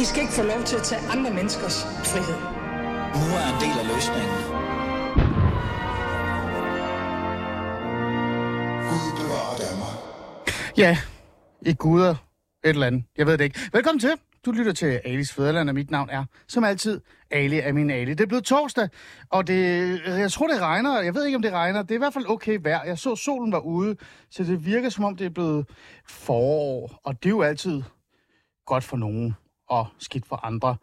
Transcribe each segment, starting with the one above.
Vi skal ikke få lov til at tage andre menneskers frihed. Nu er en del af løsningen. Gud bevarer Danmark. Ja, i guder et eller andet. Jeg ved det ikke. Velkommen til. Du lytter til Alis Fædreland, og mit navn er, som altid, Ali Amin Ali. Det er blevet torsdag, og jeg tror, det regner. Jeg ved ikke, om det regner. Det er i hvert fald okay vejr. Jeg så, solen var ude, så det virker, som om det er blevet forår. Og det er jo altid godt for nogen, og skidt for andre.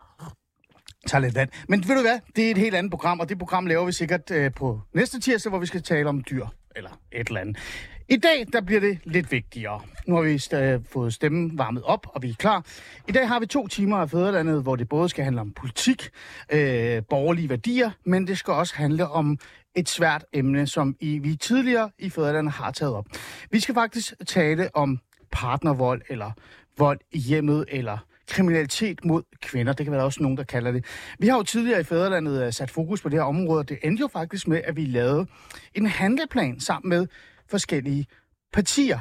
Tag lidt vand. Men ved du hvad? Det er et helt andet program, og det program laver vi sikkert på næste tirsdag, hvor vi skal tale om dyr, eller et eller andet. I dag, der bliver det lidt vigtigere. Nu har vi fået stemmen varmet op, og vi er klar. I dag har vi 2 timer af Fædrelandet, hvor det både skal handle om politik, borgerlige værdier, men det skal også handle om et svært emne, som vi tidligere i Fædrelandet har taget op. Vi skal faktisk tale om partnervold, eller vold i hjemmet, eller kriminalitet mod kvinder. Det kan være også nogen, der kalder det. Vi har jo tidligere i Fædrelandet sat fokus på det her område, og det endte jo faktisk med, at vi lavede en handleplan sammen med forskellige partier.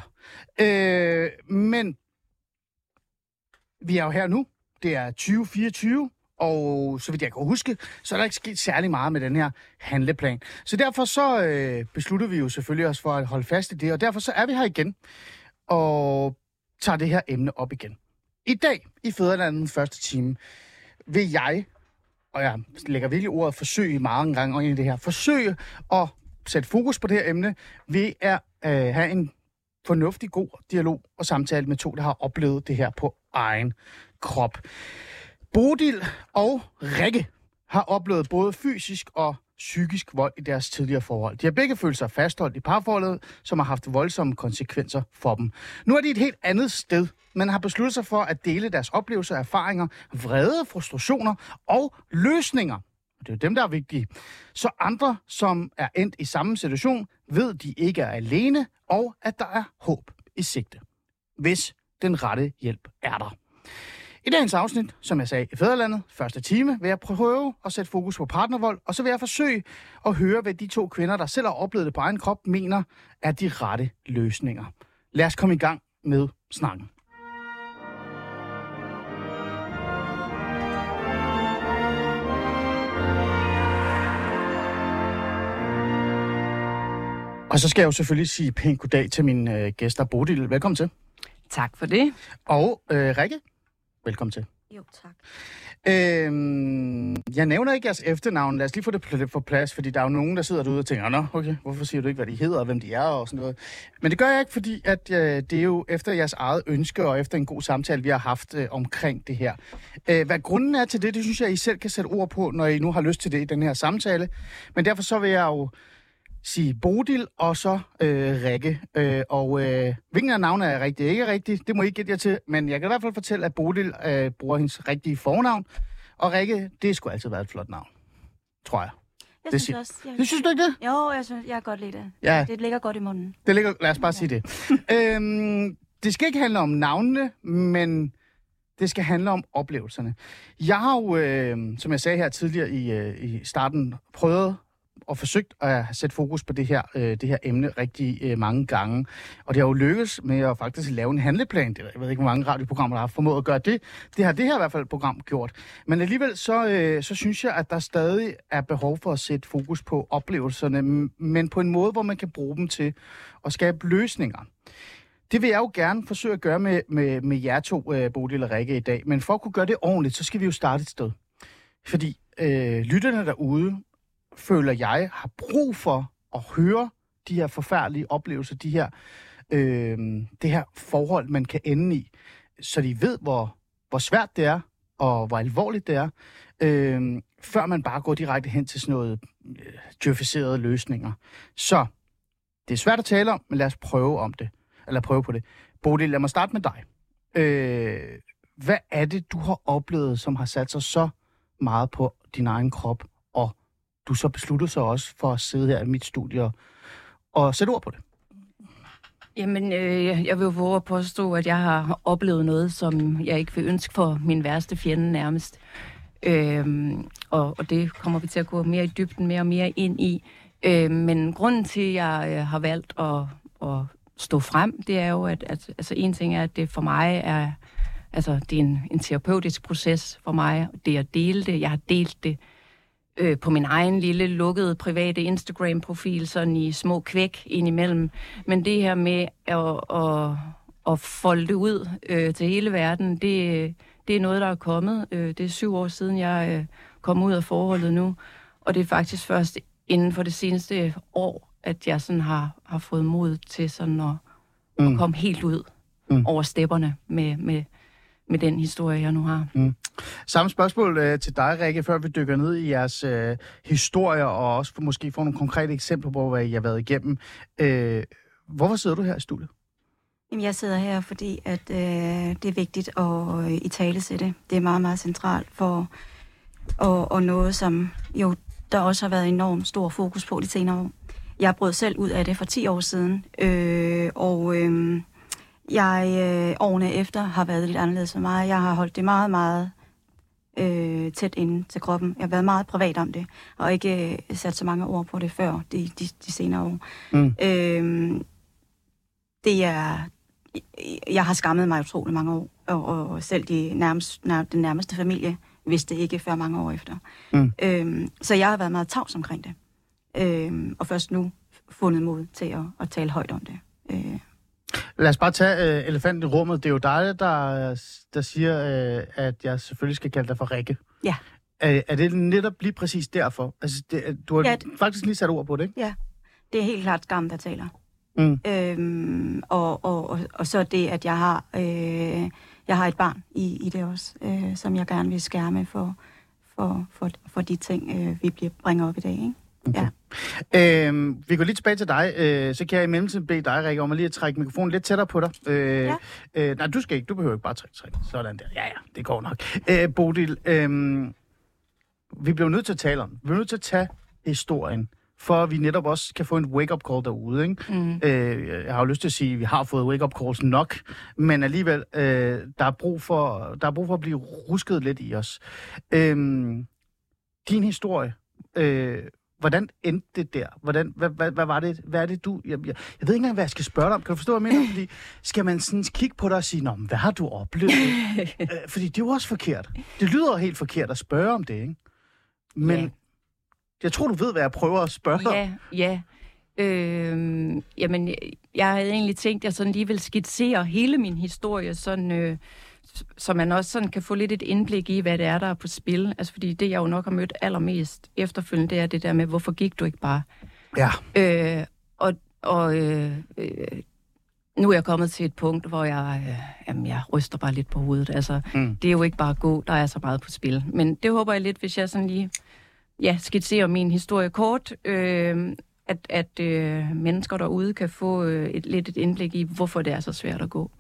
Men vi er jo her nu. Det er 2024, og så vidt jeg kan huske, så er der ikke sket særlig meget med den her handleplan. Så derfor så besluttede vi jo selvfølgelig os for at holde fast i det, og derfor så er vi her igen og tager det her emne op igen. I dag, i Fædrelandets første time, vil jeg, og jeg lægger virkelig ordet forsøge mange gange ind i det her, forsøge at sætte fokus på det her emne ved at have en fornuftig, god dialog og samtale med 2, der har oplevet det her på egen krop. Bodil og Rikke har oplevet både fysisk og psykisk vold i deres tidligere forhold. De har begge følt sig fastholdt i parforholdet, som har haft voldsomme konsekvenser for dem. Nu er de et helt andet sted, men har besluttet sig for at dele deres oplevelser, erfaringer, vrede, frustrationer og løsninger. Det er jo dem, der er vigtige. Så andre, som er endt i samme situation, ved, de ikke er alene, og at der er håb i sigte, hvis den rette hjælp er der. I dagens afsnit, som jeg sagde i Fædrelandet, første time, vil jeg prøve at sætte fokus på partnervold, og så vil jeg forsøge at høre, hvad de 2 kvinder, der selv har oplevet det på egen krop, mener er de rette løsninger. Lad os komme i gang med snakken. Og så skal jeg jo selvfølgelig sige pænt goddag til mine gæster. Bodil, velkommen til. Tak for det. Og Rikke, velkommen til. Jo, tak. Jeg nævner ikke jeres efternavn. Lad os lige få det på plads, fordi der er jo nogen, der sidder derude og tænker, nå, okay, hvorfor siger du ikke, hvad de hedder og hvem de er og sådan noget. Men det gør jeg ikke, fordi at, det er jo efter jeres eget ønske og efter en god samtale, vi har haft omkring det her. Hvad grunden er til det, det synes jeg, I selv kan sætte ord på, når I nu har lyst til det i den her samtale. Men derfor så vil jeg jo sige Bodil og så Rikke. Hvilken af navnene er rigtigt ikke rigtigt, det må I gætte jer til. Men jeg kan i hvert fald fortælle, at Bodil bruger hendes rigtige fornavn. Og Rikke, det skulle altid være et flot navn. Tror jeg. Jeg synes også. Det synes du ikke det? Jo, jeg kan godt lide det. Ja. Det ligger godt i munden. Lad os bare sige det. Det skal ikke handle om navnene, men det skal handle om oplevelserne. Jeg har jo, som jeg sagde her tidligere i starten, prøvet og forsøgt at sætte fokus på det her emne rigtig mange gange. Og det har jo lykkes med at faktisk lave en handleplan. Jeg ved ikke, hvor mange radioprogrammer, der har formået at gøre det. Det har det her i hvert fald program gjort. Men alligevel så synes jeg, at der stadig er behov for at sætte fokus på oplevelserne, men på en måde, hvor man kan bruge dem til at skabe løsninger. Det vil jeg jo gerne forsøge at gøre med jer 2, Bodil og Rikke, i dag. Men for at kunne gøre det ordentligt, så skal vi jo starte et sted. Fordi lytterne derude, føler jeg, har brug for at høre de her forfærdelige oplevelser, det her forhold, man kan ende i, så de ved, hvor svært det er, og hvor alvorligt det er, før man bare går direkte hen til sådan noget djøficerede løsninger. Så det er svært at tale om, men lad os prøve på det. Bodil, lad mig starte med dig. Hvad er det, du har oplevet, som har sat sig så meget på din egen krop, og du så besluttede sig også for at sidde her i mit studie og sætte ord på det? Jamen, jeg vil jo våge at påstå, at jeg har oplevet noget, som jeg ikke vil ønske for min værste fjende nærmest. Og det kommer vi til at gå mere i dybden, mere og mere ind i. Men grunden til, at jeg har valgt at stå frem, det er jo, at altså en ting er, at det for mig Altså, det er en terapeutisk proces for mig, det at dele det. Jeg har delt det på min egen lille, lukkede, private Instagram-profil, sådan i små kvæk indimellem. Men det her med at folde det ud til hele verden, det er noget, der er kommet. Det er 7 år siden, jeg kom ud af forholdet nu, og det er faktisk først inden for det seneste år, at jeg sådan har fået mod til sådan at komme helt ud over stepperne med den historie, jeg nu har. Samme spørgsmål til dig, Rikke, før vi dykker ned i jeres historier, og også måske få nogle konkrete eksempler på, hvad I har været igennem. Hvorfor sidder du her i studiet? Jamen, jeg sidder her, fordi at, det er vigtigt at italesætte. Det er meget, meget centralt for og noget, som jo der også har været enormt stor fokus på de senere år. Jeg brød selv ud af det for 10 år siden, jeg årene efter har været lidt anderledes for mig. Jeg har holdt det meget, meget tæt inde til kroppen. Jeg har været meget privat om det, og ikke sat så mange ord på det før de senere år. Jeg har skammet mig utrolig mange år, og selv den nærmeste familie vidste ikke før mange år efter. Så jeg har været meget tavs omkring det. Og først nu fundet mod til at tale højt om det. Lad os bare tage elefanten i rummet. Det er jo dig, der siger, at jeg selvfølgelig skal kalde dig for Rikke. Ja. Er det netop lige præcis derfor? Altså, du har faktisk lige sat ord på det, ikke? Ja, det er helt klart skam, der taler. Og så det, at jeg har et barn i det også, som jeg gerne vil skærme for de ting, vi bringer op i dag, ikke? Okay. Ja. Vi går lige tilbage til dig, så kan jeg i mellemtiden bede dig, Rikke, om at lige at trække mikrofonen lidt tættere på dig. Nej, du skal ikke. Du behøver ikke bare trække. Sådan der. Ja, det går nok. Bodil, vi bliver nødt til at tale om. Vi bliver nødt til at tage historien, for at vi netop også kan få en wake-up call derude, ikke? Jeg har jo lyst til at sige, at vi har fået wake-up calls nok, men alligevel, der er brug for at blive rusket lidt i os. Din historie, hvordan endte det der? Hvad var det? Hvad er det, du... Jeg ved ikke engang, hvad jeg skal spørge dig om. Kan du forstå, hvad jeg mener? Fordi skal man sådan kigge på dig og sige, hvad har du oplevet? Fordi det er jo også forkert. Det lyder helt forkert at spørge om det, ikke? Men jeg tror, du ved, hvad jeg prøver at spørge om. Ja. Jamen, jeg havde egentlig tænkt, at jeg sådan lige vil skitsere hele min historie, sådan... så man også sådan kan få lidt et indblik i, hvad det er, der er på spil. Altså, fordi det, jeg jo nok har mødt allermest efterfølgende, det er det der med, hvorfor gik du ikke bare? Ja. Nu er jeg kommet til et punkt, hvor jeg ryster bare lidt på hovedet. Altså, det er jo ikke bare at gå, der er så meget på spil. Men det håber jeg lidt, hvis jeg sådan lige skitserer min historie kort, at mennesker derude kan få lidt et indblik i, hvorfor det er så svært at gå.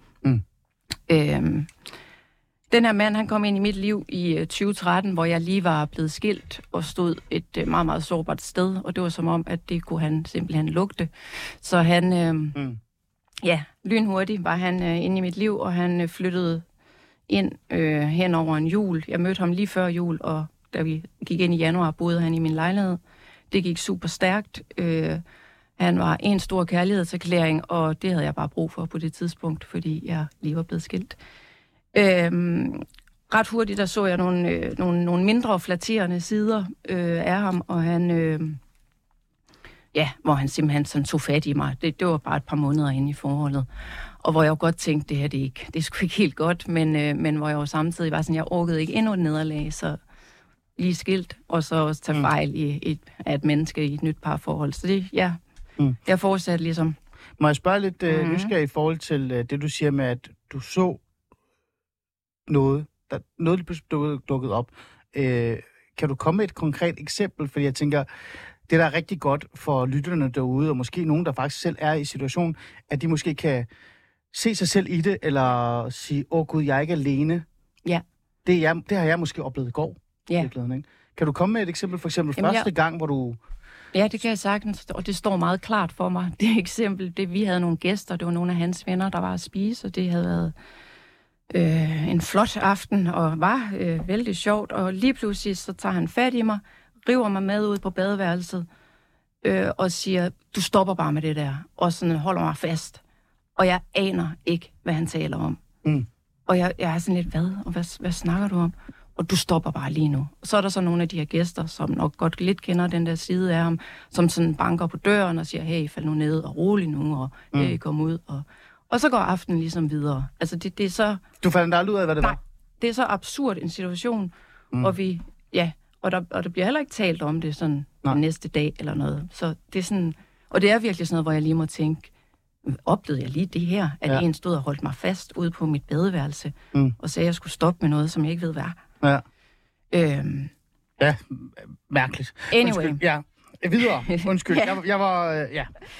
Den her mand, han kom ind i mit liv i 2013, hvor jeg lige var blevet skilt og stod et meget, meget sårbart sted, og det var som om, at det kunne han simpelthen lugte. Så han, lynhurtigt var han inde i mit liv, og han flyttede ind hen over en jul. Jeg mødte ham lige før jul, og da vi gik ind i januar, boede han i min lejlighed. Det gik super stærkt. Han var en stor kærlighedserklæring, og det havde jeg bare brug for på det tidspunkt, fordi jeg lige var blevet skilt. Ret hurtigt, der så jeg nogle mindre flatterende sider af ham, og han, hvor han simpelthen sådan tog fat i mig. Det var bare et par måneder inde i forholdet, og hvor jeg jo godt tænkte, det er sgu ikke helt godt, men hvor jeg jo samtidig var sådan, jeg orkede ikke endnu et nederlag, så lige skilt, og så også tage fejl af et menneske i et nyt parforhold. Så det, jeg fortsatte ligesom. Må jeg spørge lidt nysgerrig i forhold til det, du siger med, at du så noget lige pludselig dukket op. Kan du komme med et konkret eksempel? Fordi jeg tænker, det der er rigtig godt for lytterne derude, og måske nogen, der faktisk selv er i situationen, at de måske kan se sig selv i det, eller sige, Gud, jeg er ikke alene. Ja. Det har jeg måske oplevet i går. Ja. Ikke? Kan du komme med et eksempel, for eksempel første gang, hvor du... Ja, det kan jeg sagtens, og det står meget klart for mig. Det eksempel, vi havde nogle gæster, det var nogle af hans venner, der var at spise, og det havde været en flot aften, og var vældig sjovt, og lige pludselig så tager han fat i mig, river mig med ud på badeværelset, og siger, du stopper bare med det der, og sådan holder mig fast. Og jeg aner ikke, hvad han taler om. Og jeg er sådan lidt, hvad snakker du om? Og du stopper bare lige nu. Og så er der så nogle af de her gæster, som nok godt lidt kender den der side af ham, som sådan banker på døren og siger, hey, fald nu ned og rolig nu, og hey, kom ud. Og så går aftenen ligesom videre. Altså det er så... Du fandt aldrig ud af, hvad det var? Nej, det er så absurd en situation, og der bliver heller ikke talt om det sådan den næste dag eller noget. Så det er sådan... Og det er virkelig sådan noget, hvor jeg lige må tænke, oplevede jeg lige det her, at en stod og holdt mig fast ude på mit badeværelse, og sagde, at jeg skulle stoppe med noget, som jeg ikke ved hvad. Ja. Mærkeligt. Anyway. Undskyld. Ja, videre. Undskyld. Jeg var...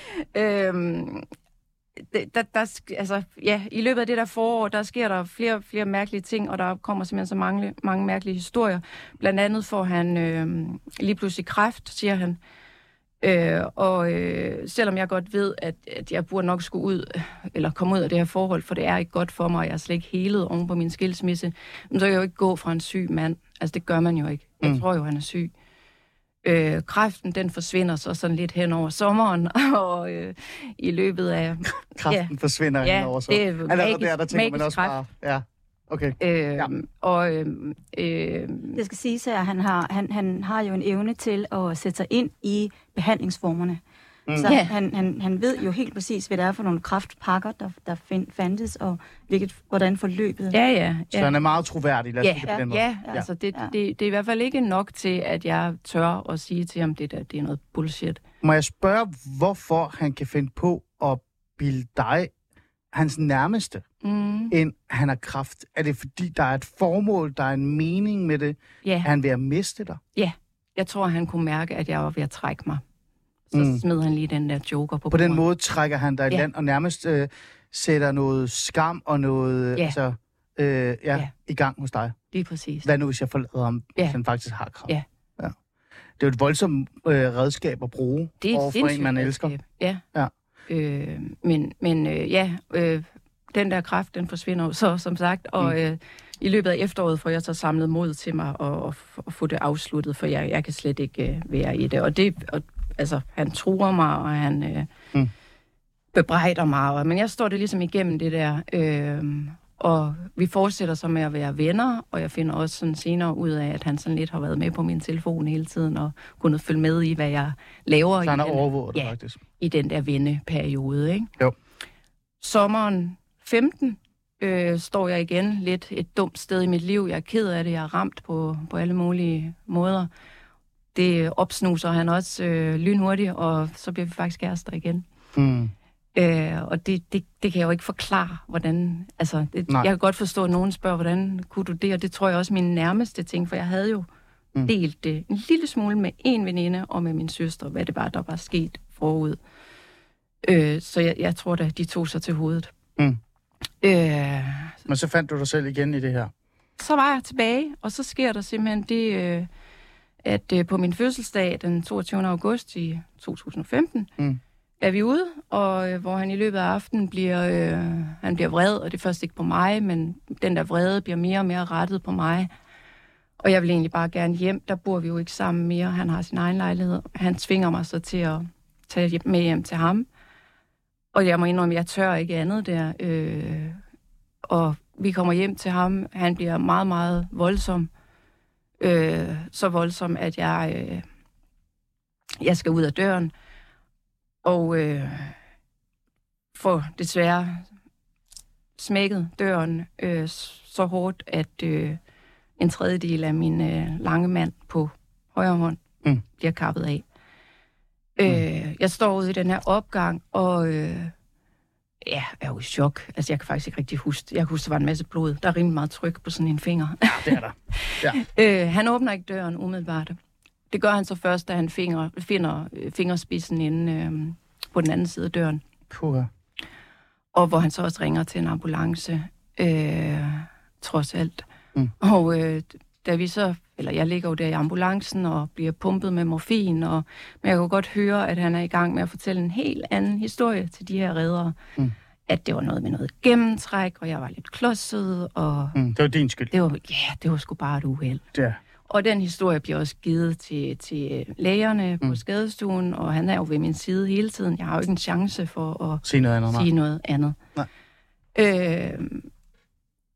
I løbet af det der forår, der sker der flere mærkelige ting, og der kommer simpelthen så mange mærkelige historier. Blandt andet får han lige pludselig kræft, siger han. Selvom jeg godt ved, at jeg burde nok skulle ud, eller komme ud af det her forhold, for det er ikke godt for mig, og jeg er slet ikke helet oven på min skilsmisse, men så kan jeg jo ikke gå fra en syg mand. Altså, det gør man jo ikke. Jeg tror jo, han er syg. Kræften, den forsvinder så sådan lidt hen over sommeren, og i løbet af... Kræften forsvinder hen over sommeren. Det er der tænker man også bare... Ja. Okay. Det skal siges, at han har jo en evne til at sætte sig ind i behandlingsformerne. Så han ved jo helt præcis, hvad det er for nogle kræftpakker, der fandtes, og hvordan forløbet. Så han er meget troværdig, lad os sige det på den måde. Altså det er i hvert fald ikke nok til, at jeg tør at sige til ham, det er noget bullshit. Må jeg spørge, hvorfor han kan finde på at bilde dig hans nærmeste, end han har kræft? Er det fordi, der er et formål, der er en mening med det? Er han ved at miste dig? Ja, jeg tror, han kunne mærke, at jeg var ved at trække mig. Så smed han lige den der joker på den måde trækker han dig i land, og nærmest sætter noget skam og noget i gang hos dig. Lige præcis. Hvad nu, hvis jeg forlader ham, hvis han faktisk har kræft? Ja. Det er jo et voldsomt redskab at bruge overfor en, man elsker. Ja. Den der kræft, den forsvinder jo så, som sagt, og i løbet af efteråret får jeg så samlet mod til mig og få det afsluttet, for jeg kan slet ikke være i det. Og han truer mig, og han bebrejder mig, men jeg står det ligesom igennem det der, og vi fortsætter så med at være venner, og jeg finder også sådan senere ud af, at han sådan lidt har været med på min telefon hele tiden, og kunnet følge med i, hvad jeg laver. Så han har overvåget det faktisk. I den der venneperiode, ikke? Jo. Sommeren 15 står jeg igen lidt et dumt sted i mit liv. Jeg er ked af det, jeg er ramt på alle mulige måder. Det opsnuser han også lynhurtigt, og så bliver vi faktisk kærester igen. Og det kan jeg jo ikke forklare, hvordan... Altså, jeg kan godt forstå, at nogen spørger, hvordan kunne du det? Og det tror jeg også min nærmeste ting, for jeg havde jo delt det en lille smule med en veninde og med min søster, hvad det var, der var sket forud. Så jeg tror da, de tog sig til hovedet. Men så fandt du dig selv igen i det her? Så var jeg tilbage, og så sker der simpelthen det, at på min fødselsdag den 22. august i 2015, er vi ude, og hvor han i løbet af aftenen bliver vred, og det er først ikke på mig, men den der vrede bliver mere og mere rettet på mig. Og jeg vil egentlig bare gerne hjem. Der bor vi jo ikke sammen mere. Han har sin egen lejlighed. Han tvinger mig så til at tage med hjem til ham. Og jeg må indrømme, at jeg tør ikke andet der. Og vi kommer hjem til ham. Han bliver meget, meget voldsom. Så voldsom, at jeg skal ud af døren. Og får desværre smækket døren så hårdt, at en tredjedel af min lange mand på højre hånd bliver kappet af. Jeg står ude i den her opgang, og er jo i chok. Altså, jeg kan faktisk ikke rigtig huske. Jeg kan huske, der var en masse blod. Der er rimelig meget tryk på sådan en finger. Ja, det er der. Ja. Han åbner ikke døren umiddelbart. Det gør han så først, da han finder fingerspidsen inde på den anden side af døren. Puha. Og hvor han så også ringer til en ambulance, trods alt. Og da vi så, eller jeg ligger jo der i ambulancen og bliver pumpet med morfin, men jeg kunne godt høre, at han er i gang med at fortælle en helt anden historie til de her reddere. At det var noget med noget gennemtræk, og jeg var lidt klodset, og... Det var din skyld. Det var sgu bare et uheld. Ja. Og den historie bliver også givet til lægerne på skadestuen, og han er jo ved min side hele tiden. Jeg har jo ikke en chance for at sige noget andet. Nej.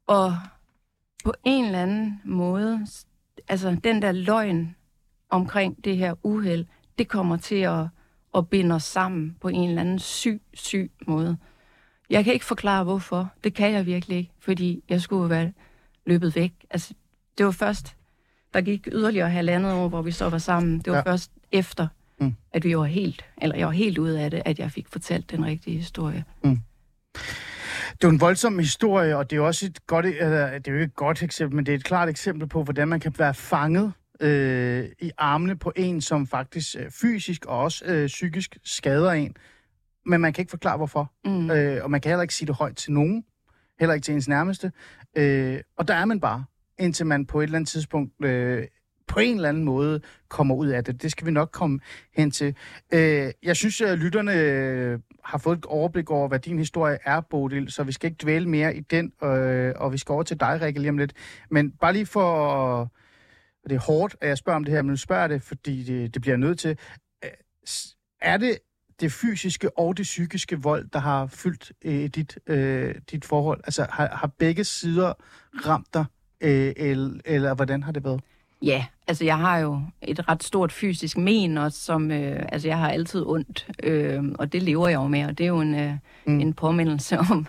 Og på en eller anden måde, altså den der løgn omkring det her uheld, det kommer til at binde os sammen på en eller anden syg måde. Jeg kan ikke forklare, hvorfor. Det kan jeg virkelig ikke, fordi jeg skulle være løbet væk. Altså, det var først, der gik yderligere 1,5 år, hvor vi så var sammen. Det var først efter, at jeg var helt ude af det, at jeg fik fortalt den rigtige historie. Det er en voldsom historie, og det er også det er jo ikke et godt eksempel, men det er et klart eksempel på, hvordan man kan være fanget i armene på en, som faktisk fysisk og også psykisk skader en. Men man kan ikke forklare, hvorfor. Og man kan heller ikke sige det højt til nogen. Heller ikke til ens nærmeste. Og der er man bare, indtil man på et eller andet tidspunkt på en eller anden måde kommer ud af det. Det skal vi nok komme hen til. Jeg synes, at lytterne har fået et overblik over, hvad din historie er, Bodil, så vi skal ikke dvæle mere i den, og vi skal over til dig, Rikke, lige om lidt. Men bare lige for... Det er hårdt, at jeg spørger om det her, men nu spørger jeg det, fordi det bliver nødt til. Er det fysiske og det psykiske vold, der har fyldt dit forhold? Altså, har begge sider ramt dig, eller hvordan har det været? Ja, altså jeg har jo et ret stort fysisk men også, som, altså jeg har altid ondt, og det lever jeg jo med, og det er jo en påmindelse om,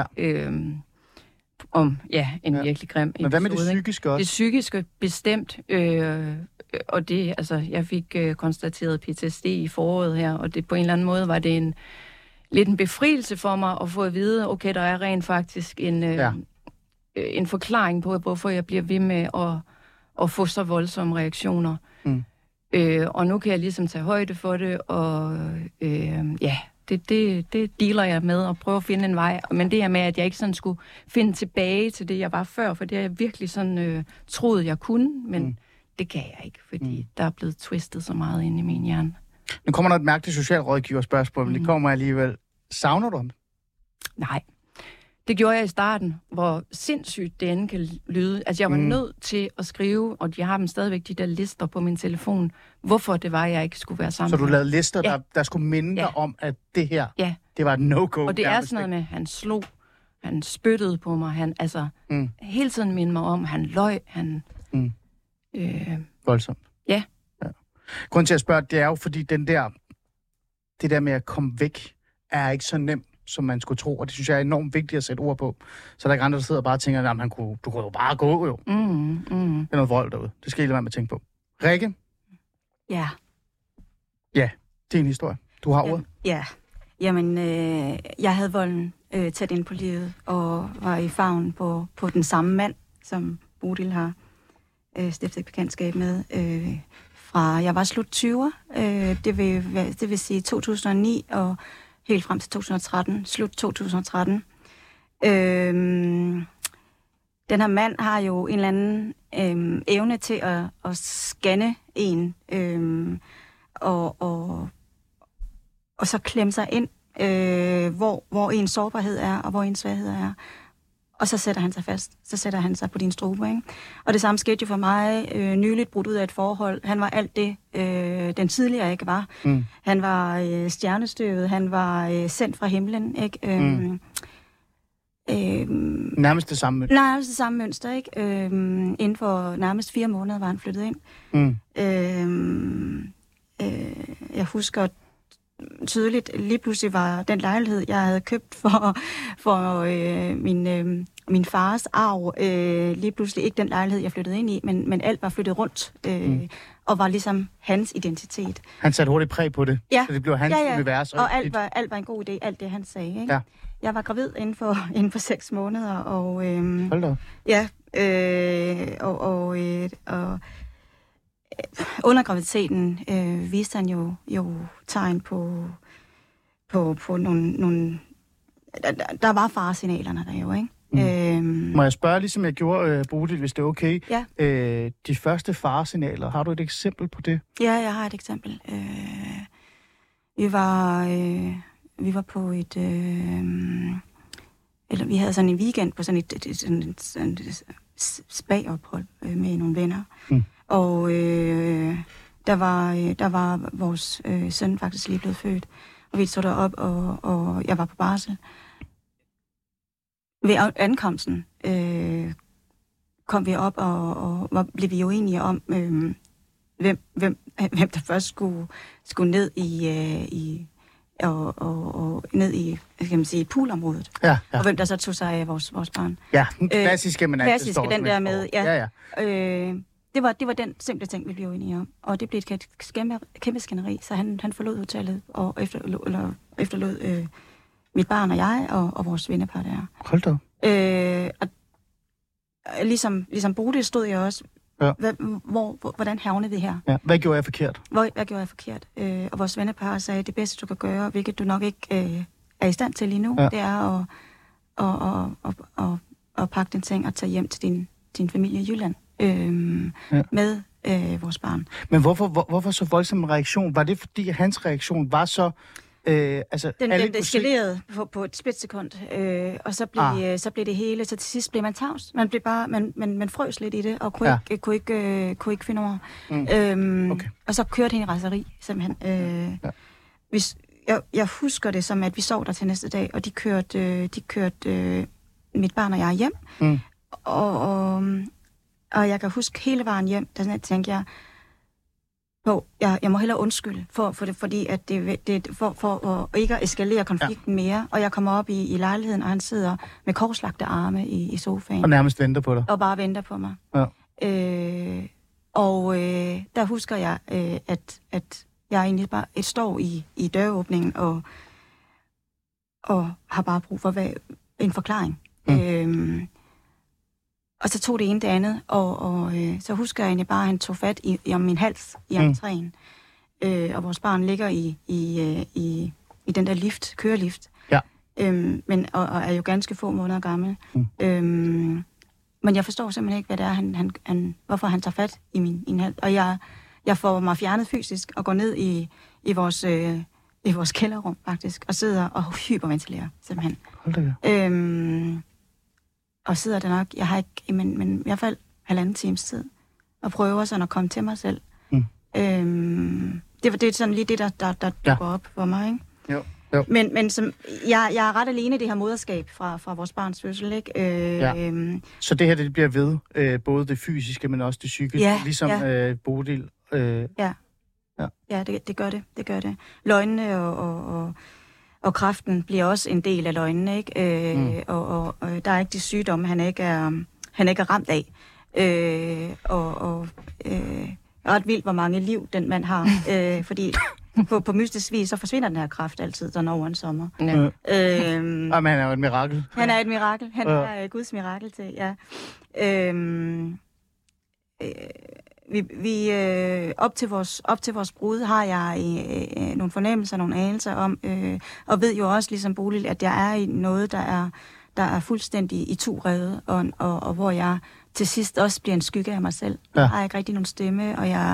en virkelig grim episode. Men hvad med det psykiske også? Det psykiske bestemt, og det, altså jeg fik konstateret PTSD i foråret her, og det på en eller anden måde var det lidt en befrielse for mig at få at vide, okay, der er rent faktisk en forklaring på, hvorfor jeg bliver ved med at få så voldsomme reaktioner. Og nu kan jeg ligesom tage højde for det, og det dealer jeg med og prøver at finde en vej. Men det her med, at jeg ikke sådan skulle finde tilbage til det, jeg var før, for det har jeg virkelig sådan troet, jeg kunne, men det kan jeg ikke, fordi der er blevet twistet så meget ind i min hjerne. Nu kommer der et mærkeligt socialrådgiverspørgsmål, men det kommer alligevel. Savner du ham? Nej. Det gjorde jeg i starten, hvor sindssygt det end kan lyde. Altså, jeg var nødt til at skrive, og jeg har dem stadigvæk, de der lister på min telefon, hvorfor det var, jeg ikke skulle være sammen. Så du lavede lister, der skulle minde dig om, at det her, det var et no-go? Og det er sådan noget med, han slog, han spyttede på mig, han hele tiden mindte mig om, han løg, han... Voldsomt. Ja. Grunden til at spørge, det er jo, fordi det der med at komme væk, er ikke så nemt, som man skulle tro, og det synes jeg er enormt vigtigt at sætte ord på. Så der er ikke andre, der sidder og bare tænker, at du kunne jo bare gå, jo. Det er noget vold derude. Det skal I lade være med at tænke på. Rikke? Ja. Ja, det er en historie. Du har ordet. Ja. Jamen, jeg havde volden tæt ind på livet, og var i favn på den samme mand, som Bodil har stiftet bekendtskab med, fra jeg var slut 20'er, det vil sige 2009, og helt frem til 2013, slut 2013. Den her mand har jo en eller anden evne til at scanne en, og så klemme sig ind, hvor ens sårbarhed er, og hvor ens svaghed er. Og så sætter han sig fast. Så sætter han sig på din strube, ikke? Og det samme skete jo for mig. Nyligt brudt ud af et forhold. Han var alt det, den tidligere ikke var. Han var stjernestøvet. Han var sendt fra himlen, ikke? Nærmest det samme mønster. Nærmest det samme mønster, ikke? Inden for nærmest 4 måneder var han flyttet ind. Jeg husker tydeligt, lige pludselig var den lejlighed, jeg havde købt for min fars arv, lige pludselig ikke den lejlighed, jeg flyttede ind i, men alt var flyttet rundt, og var ligesom hans identitet. Han satte hurtigt præg på det, så det blev hans univers. Og alt var en god idé, alt det han sagde. Ikke? Ja. Jeg var gravid inden for 6 måneder, og... Hold da. Ja, og under graviditeten viste han jo tegn på nogle... Der var faresignalerne der jo, ikke? Må jeg spørge, ligesom jeg gjorde, Bodil, hvis det er okay? Ja. De første faresignaler, har du et eksempel på det? Ja, jeg har et eksempel. Vi var på et... eller vi havde sådan en weekend på sådan et spa-ophold med nogle venner. Og der var vores søn faktisk lige blevet født. Og vi stod derop, og jeg var på barsel. Ved ankomsten kom vi op, og blev vi jo enige om, hvem der først skulle ned ned i kan man sige, poolområdet. Ja. Og hvem der så tog sig af vores barn. Ja, den klassiske, men klassiske, den der med, ja. Det var den simple ting, vi blev enige om. Og det blev et kæmpe skænderi, så han forlod hotellet og efterlod mit barn og jeg og vores vennepar der. Hold da. Og ligesom Bodil stod jeg også. Ja. Hvordan havnede vi her? Ja. Hvad gjorde jeg forkert? Hvad gjorde jeg forkert? Og vores vennepar sagde, at det bedste, du kan gøre, hvilket du nok ikke er i stand til lige nu, det er at pakke din ting og tage hjem til din familie i Jylland med vores barn. Men hvorfor så voldsom en reaktion? Var det, fordi hans reaktion var så... Den eskalerede på et splitsekund, og så blev det hele, så til sidst blev man tavs. Man blev bare, man frøs lidt i det, og kunne ikke finde over. Okay. Og så kørte hende i raseri, simpelthen. Jeg husker det som, at vi sov der til næste dag, og de kørte mit barn og jeg hjem. Og jeg kan huske hele vejen hjem, der tænkte jeg, jeg må hellere undskylde for det, fordi at det for at ikke at eskalere konflikten mere. Og jeg kommer op i lejligheden, og han sidder med korslagte arme i sofaen. Og nærmest venter på dig. Og bare venter på mig. Ja. Der husker jeg, at jeg egentlig bare står i døråbningen og har bare brug for en forklaring. Og så tog det ene det andet, og så husker jeg egentlig bare, at han tog fat i min hals i entréen. Og vores barn ligger i den der kørelift. Ja. Og er jo ganske få måneder gammel. Men jeg forstår simpelthen ikke, hvad det er, hvorfor han tager fat i min hals. Og jeg får mig fjernet fysisk og går ned i vores kælderrum, faktisk, og sidder og hyperventilerer, simpelthen. Hold da. Og sidder der nok, jeg har ikke, men i hvert fald 1,5 times tid, og prøver sådan at komme til mig selv. Det er sådan lige det, der går op for mig, ikke? Jo. Men som, jeg er ret alene i det her moderskab fra vores barns fødsel, ikke? Så det her, det bliver ved, både det fysiske, men også det psykiske, ligesom Bodil. Ja, det gør det. Det gør det. Løgnene og kræften bliver også en del af løgnene, ikke? Og der er ikke de sygdomme, han ikke er ramt af. Ret vildt, hvor mange liv den mand har. Fordi på mystisk vis, så forsvinder den her kræft altid, der når over en sommer. Men han er jo et mirakel. Han er et mirakel. Han er Guds mirakel til, ja. Vi op til vores brud har jeg nogle fornemmelser, nogle anelser om, og ved jo også, ligesom Bodil, at jeg er i noget, der er fuldstændig iturevet, og hvor jeg til sidst også bliver en skygge af mig selv. Jeg har ikke rigtig nogen stemme, og jeg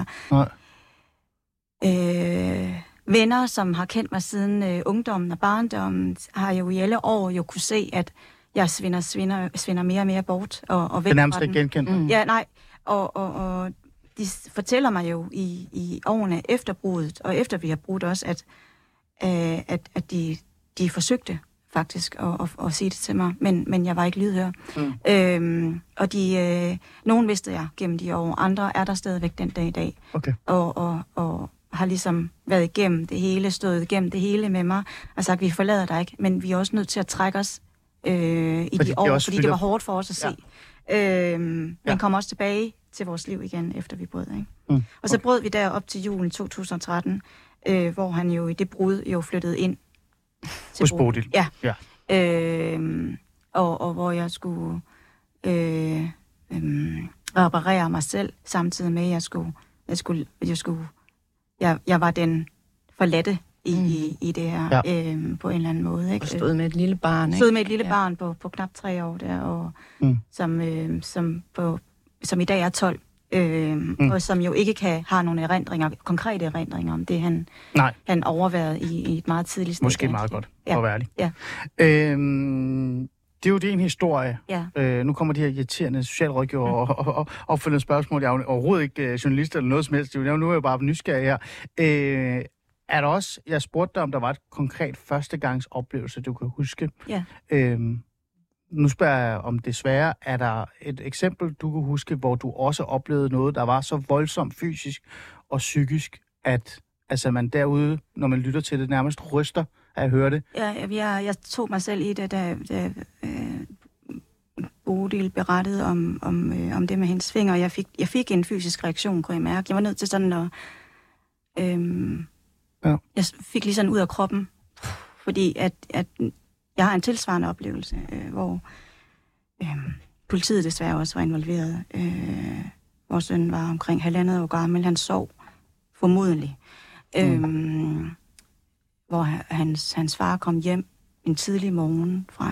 venner, som har kendt mig siden ungdommen og barndommen, har jo i alle år jo kunne se, at jeg svinder mere og mere bort og væk. Det er nærmest ikke genkendt. Ja, nej. Og de fortæller mig jo i årene efter bruddet, og efter vi har brudt også, at de forsøgte faktisk at sige det til mig, men jeg var ikke lydhør. Og nogen vidste jeg gennem de år, andre er der stadigvæk den dag i dag. Okay. Og har ligesom været igennem det hele, stået igennem det hele med mig, og sagt, vi forlader dig ikke, men vi er også nødt til at trække os i de år, fordi det var hårdt for os at se. Men kommer også tilbage til vores liv igen, efter vi brød, ikke? Og så brød vi der op til julen 2013, hvor han jo i det brud jo flyttede ind til hos Bodil. Ja. Og hvor jeg skulle reparere mig selv, samtidig med, at jeg var den forladte i det her, på en eller anden måde, ikke? Og stod med et lille barn, ikke? Stod med et lille barn på knap 3 år der, og som i dag er 12, og som jo ikke har nogle konkrete erindringer om det, han overværede i et meget tidligt sted. Måske meget godt, for at være ærlig. Ja. Det er jo din historie. Ja. Nu kommer de her irriterende socialrådgiver og opfølgende spørgsmål. Jeg er overhovedet ikke journalist eller noget som helst. Nu er jeg bare nysgerrig her. Er der også, jeg spurgte dig, om der var et konkret førstegangsoplevelse, du kan huske. Ja. Nu spørger jeg om desværre, er der et eksempel, du kan huske, hvor du også oplevede noget, der var så voldsomt fysisk og psykisk, at altså man derude, når man lytter til det, nærmest ryster af at høre det? Ja, jeg tog mig selv i det, da Bodil berettede om det med hendes fingre. Jeg fik en fysisk reaktion, kunne jeg mærke. Jeg var nødt til sådan at... Jeg fik lige sådan ud af kroppen, fordi at jeg har en tilsvarende oplevelse, hvor politiet desværre også var involveret. Vores søn var omkring 1,5 år gammel. Han sov formodentlig. Hvor hans far kom hjem en tidlig morgen fra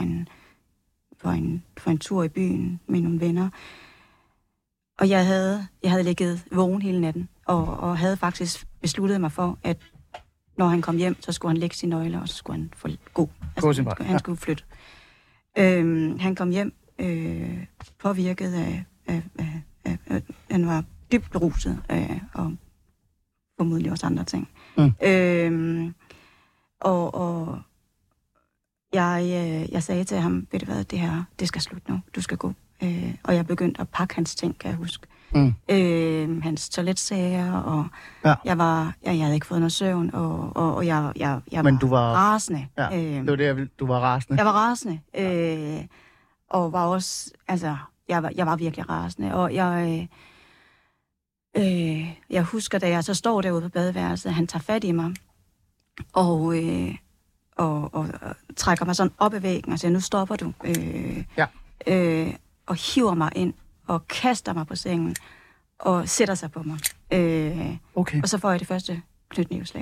en tur i byen med nogle venner. Og jeg havde ligget vågen hele natten, og havde faktisk besluttet mig for, at når han kom hjem, så skulle han lægge sine nøgler, og så skulle han få god. Altså, han skulle flytte. Han kom hjem påvirket af han var dybt beruset, og formodentlig også andre ting. Og jeg sagde til ham, ved du hvad, det skal slutte nu, du skal gå. Og jeg begyndte at pakke hans ting, kan jeg huske. Hans toiletsager, og jeg havde ikke fået noget søvn, og jeg Men du var rasende. Ja, det var det, du var rasende. Jeg var rasende, og var også, altså, jeg var virkelig rasende, og jeg husker, da jeg så står derude på badeværelset, han tager fat i mig, og trækker mig sådan op ad væggen og siger, nu stopper du. Og hiver mig ind og kaster mig på sengen og sætter sig på mig. Okay. Og så får jeg det første knytnæveslag.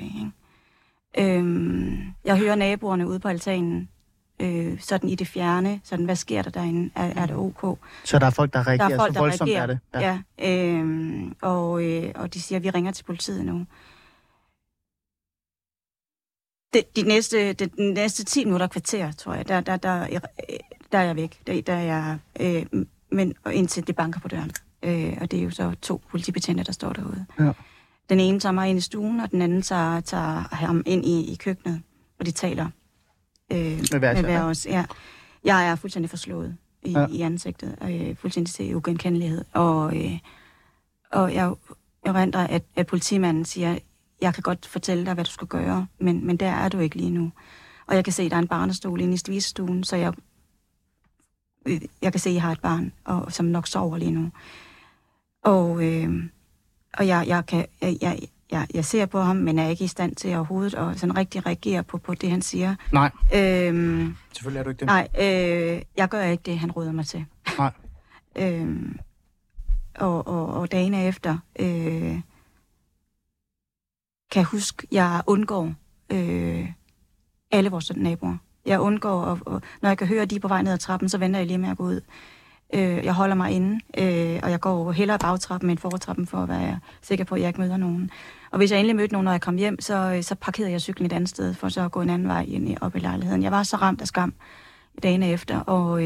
Jeg hører naboerne ude på altanen, sådan i det fjerne, sådan, hvad sker der derinde? Er det ok? Så der er folk, der reagerer, der er folk, så voldsomt reagerer. Er det? Ja. Og de siger, vi ringer til politiet nu. De næste 10 minutter kvarter, tror jeg, der er jeg væk. Der er jeg, men indtil det banker på døren. Og det er jo så 2 politibetjente, der står derude. Ja. Den ene tager mig ind i stuen, og den anden tager ham ind i køkkenet, og de taler med hver os. Ja. Jeg er fuldstændig forslået i ansigtet, og fuldstændig til ugenkendelighed. Og jeg erindrer, at politimanden siger, jeg kan godt fortælle dig, hvad du skal gøre, men der er du ikke lige nu. Og jeg kan se, at der er en barnestol inde i spisestuen, så jeg kan se, at jeg har et barn, som nok sover lige nu. Og jeg ser på ham, men er ikke i stand til overhovedet at sådan rigtig reagere på det, han siger. Nej. Selvfølgelig er du ikke det. Nej, jeg gør ikke det, han råder mig til. Nej. Og dagene efter kan jeg huske, jeg undgår alle vores naboer. Jeg undgår, og når jeg kan høre, at de er på vej ned ad trappen, så venter jeg lige med at gå ud. Jeg holder mig inde, og jeg går hellere bagtrappen end fortrappen, for at være sikker på, at jeg ikke møder nogen. Og hvis jeg endelig mødte nogen, når jeg kom hjem, så parkerede jeg cyklen et andet sted, for så at gå en anden vej ind op i lejligheden. Jeg var så ramt af skam dagene efter, og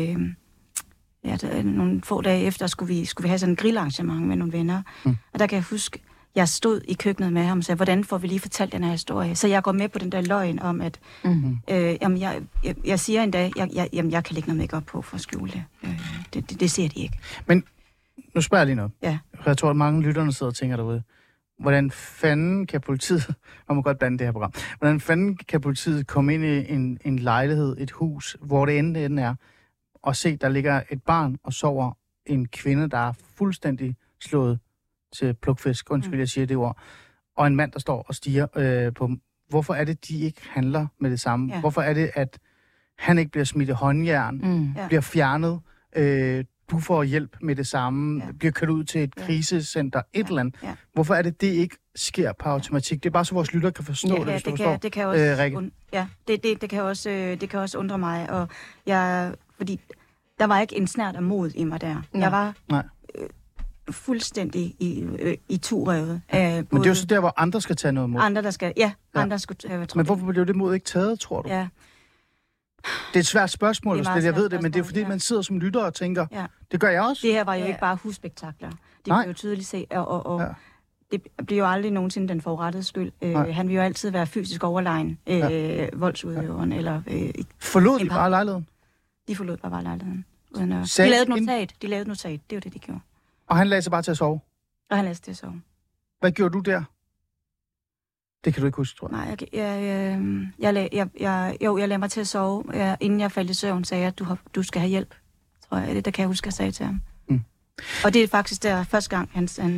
nogle få dage efter skulle vi have sådan en grillarrangement med nogle venner. Og der kan jeg huske, jeg stod i køkkenet med ham og sagde, hvordan får vi lige fortalt den her historie? Så jeg går med på den der løgn om, at jeg siger endda, jeg kan lægge noget make-up på for at skjule det. Det ser de ikke. Men nu spørger jeg lige noget. Ja. Jeg tror, at mange lytterne sidder og tænker derude. Hvordan fanden kan politiet, man må godt blande det her program, hvordan fanden kan politiet komme ind i en lejlighed, et hus, hvor det end er, og se, der ligger et barn og sover en kvinde, der er fuldstændig slået til plukfisk, undskyld, jeg siger det ord, og en mand, der står og stiger på dem. Hvorfor er det, de ikke handler med det samme? Ja. Hvorfor er det, at han ikke bliver smidt i håndjern, bliver fjernet, du får hjælp med det samme, bliver kørt ud til et krisecenter, et eller andet. Ja. Hvorfor er det, det ikke sker på automatik? Det er bare så, vores lytter kan forstå det, hvis du forstår. Det kan også, det kan også undre mig, og fordi der var ikke en snert af mod i mig der. Ja. Jeg var fuldstændig i turrevet. Men det er jo så der, hvor andre skal tage noget mod. Andre skulle tage. Men hvorfor blev det mod ikke taget, tror du? Ja. Det er et svært spørgsmål, jeg ved det, men det er fordi, man sidder som lytter og tænker, det gør jeg også. Det her var jo ikke bare husspektakler. Det kan jo tydeligt se, og det bliver jo aldrig nogensinde den forurettede skyld. Han vil jo altid være fysisk overlegen, voldsudøveren. Eller, forlod de bare lejligheden? De forlod bare lejligheden. Uden at... Sagde De lavede et en- notat. Det var jo det, de gjorde. Og han lagde sig bare til at sove. Og han lagde sig til at sove. Hvad gjorde du der? Det kan du ikke huske, tror jeg. Nej, jeg lagde mig til at sove. Inden jeg faldt i søvn, sagde jeg, at du skal have hjælp. Tror jeg, det kan jeg huske, jeg sagde til ham. Mm. Og det er faktisk der første gang,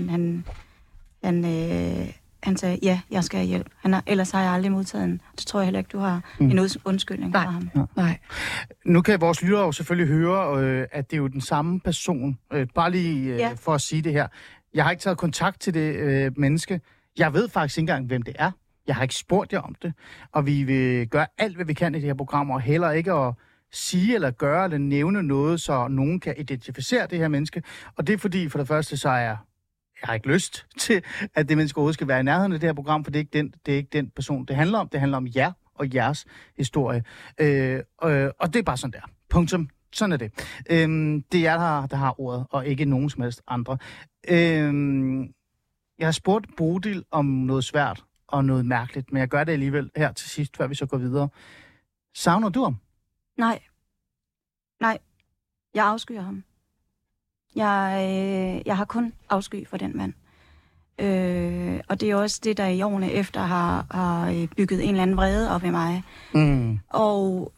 han sagde, ja, jeg skal have hjælp. Ellers har jeg aldrig modtaget en. Det tror jeg heller ikke, du har en undskyldning fra ham. Nej. Nu kan vores lyttere jo selvfølgelig høre, at det er jo den samme person. Bare lige for at sige det her. Jeg har ikke taget kontakt til det menneske. Jeg ved faktisk ikke engang, hvem det er. Jeg har ikke spurgt jer om det. Og vi vil gøre alt, hvad vi kan i det her program, og heller ikke at sige eller gøre eller nævne noget, så nogen kan identificere det her menneske. Og det er fordi, for det første, så jeg har ikke lyst til, at det menneske overhovedet skal være i nærheden af det her program, for det er ikke den person, det handler om. Det handler om jer og jeres historie. Og det er bare sådan der. Punktum. Sådan er det. Det er jer, der har ordet, og ikke nogen som helst andre. Jeg har spurgt Bodil om noget svært og noget mærkeligt, men jeg gør det alligevel her til sidst, før vi så går videre. Savner du ham? Nej. Jeg afskyer ham. Jeg har kun afsky for den mand. Og det er også det, der i årene efter har bygget en eller anden vrede op i mig. Og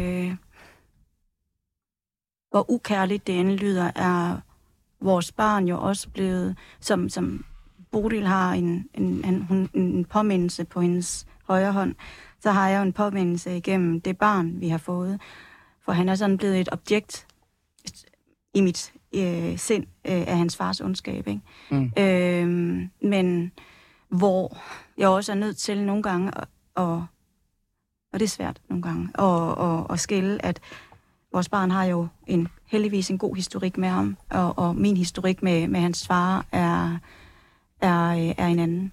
hvor ukærligt det end lyder, er vores barn jo også blevet, som Bodil har en påmindelse på hendes højre hånd, så har jeg jo en påmindelse igennem det barn, vi har fået. For han er sådan blevet et objekt i mit sind af hans fars ondskab, ikke? Men hvor jeg også er nødt til nogle gange, og det er svært nogle gange, at skille, at vores barn har jo heldigvis en god historik med ham, og min historik med hans far er en anden.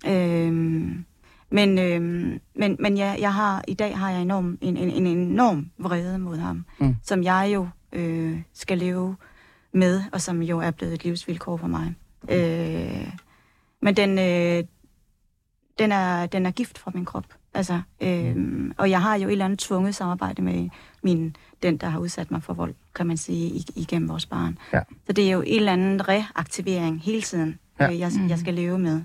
Men ja, i dag har jeg en enorm vrede mod ham, som jeg jo skal leve med, og som jo er blevet et livsvilkår for mig. Men den er gift fra min krop. Altså, og jeg har jo et eller andet tvunget samarbejde med den, der har udsat mig for vold, kan man sige, igennem vores barn. Ja. Så det er jo en eller anden reaktivering hele tiden, jeg skal leve med.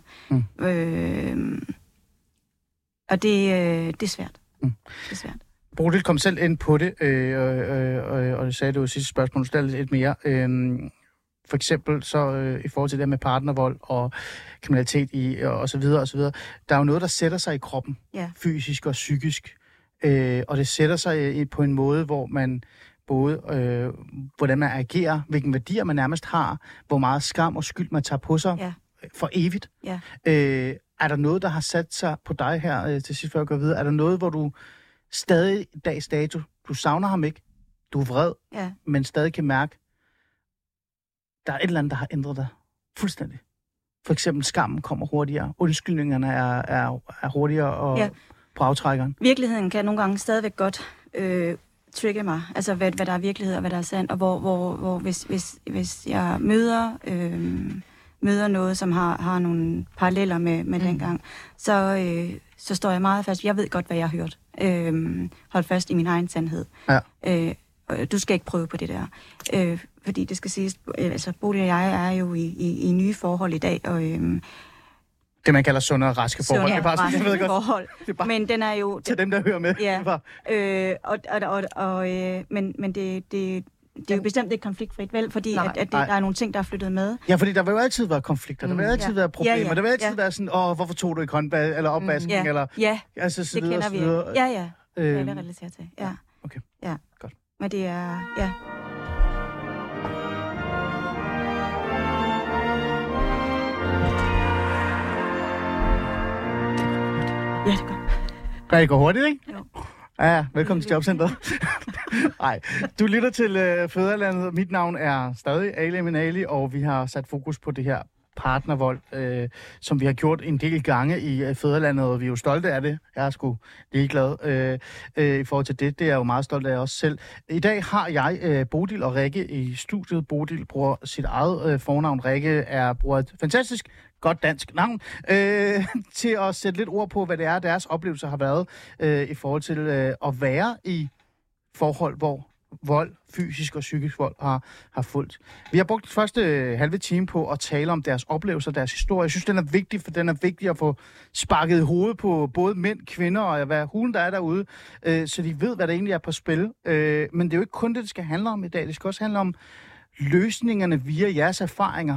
Og det er svært. Det er svært. Bodil kom selv ind på det, og det sagde du i sidste spørgsmål, du stillede lidt mere. For eksempel så i forhold til det med partnervold og kriminalitet og så videre og så videre. Der er jo noget, der sætter sig i kroppen, fysisk og psykisk. Og det sætter sig på en måde, hvor man både, hvordan man agerer, hvilken værdier man nærmest har, hvor meget skam og skyld man tager på sig for evigt. Ja. Er der noget, der har sat sig på dig her til sidst, før jeg går videre? Er der noget, hvor du stadig dags dato, du savner ham ikke, du er vred, men stadig kan mærke, der er et eller andet, der har ændret dig fuldstændig? For eksempel skammen kommer hurtigere, undskyldningerne er hurtigere og på aftrækkeren. Virkeligheden kan nogle gange stadigvæk godt trigge mig, altså hvad der er virkelighed og hvad der er sandt, og hvor hvis jeg møder noget, som har nogle paralleller med dengang, så står jeg meget fast. Jeg ved godt, hvad jeg har hørt. Hold fast i min egen sandhed. Ja. Du skal ikke prøve på det der. Fordi det skal siges, altså Bodil og jeg er jo i nye forhold i dag, og det, man kalder sunde og raske forhold. Det er bare sådan, jeg ved godt. Forhold. Det er bare men den er jo til dem, der hører med. Ja. Men det er jo bestemt ikke konfliktfrit, vel? Fordi der er nogle ting, der er flyttet med. Ja, fordi der vil jo altid være konflikter. Der vil altid være problemer. Der vil altid være sådan, hvorfor tog du ikke håndbad eller opvasken? Eller, altså, så det videre, kender vi. Ja. Det er det relateret til. Ja. Okay. Ja. Godt. Men det er, ja. Ja, det går. Kan I gå hurtigt, ikke? Jo. Ja, velkommen til Jobcentret. Nej, du lytter til Fædrelandet. Mit navn er stadig Ali Minali, og vi har sat fokus på det her partnervold, som vi har gjort en del gange i Fædrelandet, og vi er jo stolte af det. Jeg er sgu ligeglad i forhold til det. Det er jeg jo meget stolt af også selv. I dag har jeg Bodil og Rikke i studiet. Bodil bruger sit eget fornavn. Rikke bruger et fantastisk godt dansk navn, til at sætte lidt ord på, hvad deres oplevelser har været i forhold til at være i forhold, hvor vold, fysisk og psykisk vold, har fulgt. Vi har brugt den første halve time på at tale om deres oplevelser, deres historie. Jeg synes, den er vigtig, for den er vigtig at få sparket i hovedet på både mænd, kvinder og hvad hulen der er derude, så de ved, hvad der egentlig er på spil. Men det er jo ikke kun det skal handle om i dag. Det skal også handle om løsningerne via jeres erfaringer.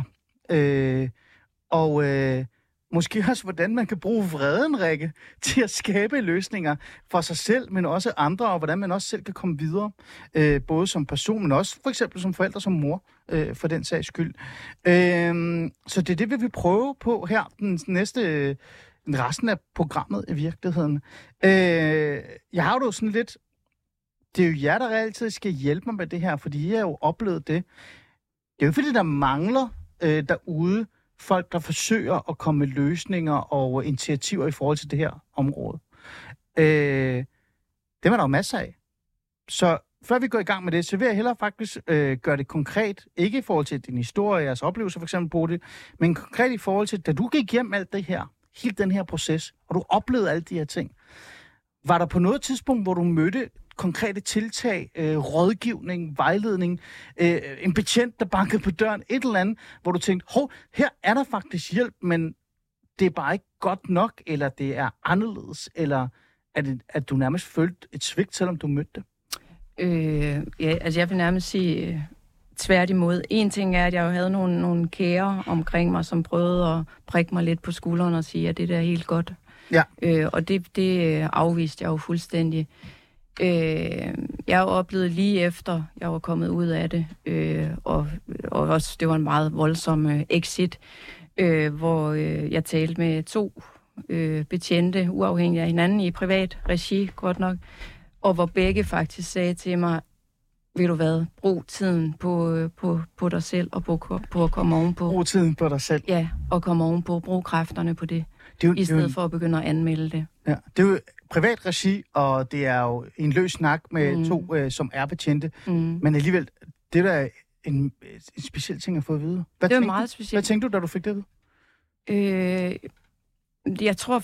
Måske også, hvordan man kan bruge vreden, Rikke, til at skabe løsninger for sig selv, men også andre, og hvordan man også selv kan komme videre, både som person, men også for eksempel som forælder, som mor, for den sags skyld. Så det er det, vi vil prøve på her, resten af programmet i virkeligheden. Jeg har jo sådan lidt, det er jo jer, der altid skal hjælpe mig med det her, fordi I har jo oplevet det. Det er jo fordi, der mangler derude folk, der forsøger at komme med løsninger og initiativer i forhold til det her område. Det var der jo masser af. Så før vi går i gang med det, så vil jeg hellere faktisk gøre det konkret, ikke i forhold til din historie, jeres oplevelser for eksempel på det, men konkret i forhold til, da du gik hjem alt det her, hele den her proces, og du oplevede alle de her ting, var der på noget tidspunkt, hvor du mødte konkrete tiltag, rådgivning, vejledning, en betjent, der bankede på døren, et eller andet, hvor du tænkte, her er der faktisk hjælp, men det er bare ikke godt nok, eller det er anderledes, eller er det, at du nærmest følte et svigt, selvom du mødte det? Jeg vil nærmest sige tværtimod. En ting er, at jeg jo havde nogle kære omkring mig, som prøvede at prikke mig lidt på skulderen og sige, at det der er helt godt. Ja. Og det afviste jeg jo fuldstændig. Jeg har oplevet lige efter, jeg var kommet ud af det, og også, det var en meget voldsom exit, hvor jeg talte med 2 betjente, uafhængigt af hinanden, i privat regi, godt nok, og hvor begge faktisk sagde til mig, ved du hvad, brug tiden på dig selv, og på at komme ovenpå. Brug tiden på dig selv. Ja, og komme ovenpå, brug kræfterne på det, i stedet for at begynde at anmelde det. Ja, det er jo privat regi, og det er jo en løs snak med 2, som er betjente. Men alligevel, det er en speciel ting at få at vide. Det er meget specielt. Hvad tænkte du, da du fik det at vide? Jeg tror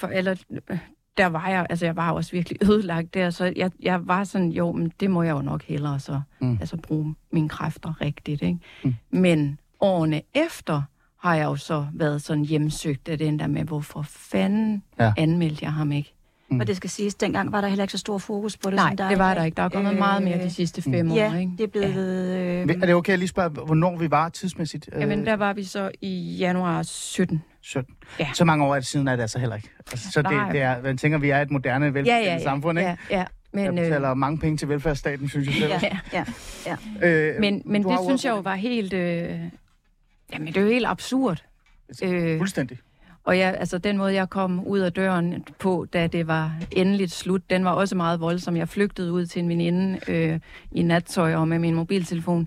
der var jeg var også virkelig ødelagt der, så jeg var sådan, men det må jeg jo nok hellere så, bruge mine kræfter rigtigt, ikke? Men årene efter har jeg jo så været sådan hjemsøgt af den der med, hvorfor fanden anmeldte jeg ham ikke? Og det skal siges, dengang var der heller ikke så stor fokus på det, Nej, som der det var der ikke. Der er kommet meget mere de sidste 5 år, ikke? Det er blevet... Er det okay at lige spørge, hvornår vi var tidsmæssigt? Jamen, der var vi så i januar 17. Ja. Så mange år siden er det altså heller ikke. Altså, så det er, man tænker, vi er et moderne velfærdssamfund, samfund, ikke? Ja. Men, jeg betaler mange penge til velfærdsstaten, synes jeg selv. Ja. Men det synes jeg jo var helt... jamen, det er jo helt absurd. Fuldstændig. Og den måde, jeg kom ud af døren på, da det var endeligt slut, den var også meget voldsom. Jeg flygtede ud til en veninde i nattøj og med min mobiltelefon,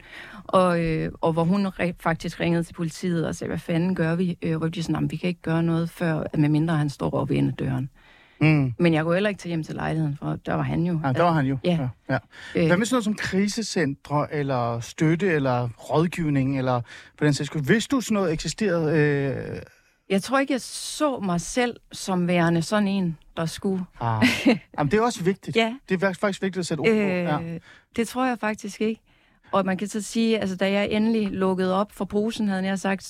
og hvor hun faktisk ringede til politiet og sagde, hvad fanden gør vi? Og de sådan, vi kan ikke gøre noget, før, medmindre han står oppe inde døren. Men jeg kunne heller ikke tage hjem til lejligheden, for der var han jo. Ja, der var han jo. Ja. Hvad med sådan noget som krisecentre, eller støtte, eller rådgivning, eller på den sags skyld? Hvis du sådan noget eksisterede... Jeg tror ikke, jeg så mig selv som værende sådan en, der skulle. Jamen, det er også vigtigt. Ja. Det er faktisk vigtigt at sætte ord på. Ja. Det tror jeg faktisk ikke. Og man kan så sige, da jeg endelig lukkede op for posen, havde jeg sagt,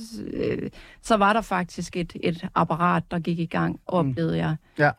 så var der faktisk et apparat, der gik i gang, oplevede jeg. Ja.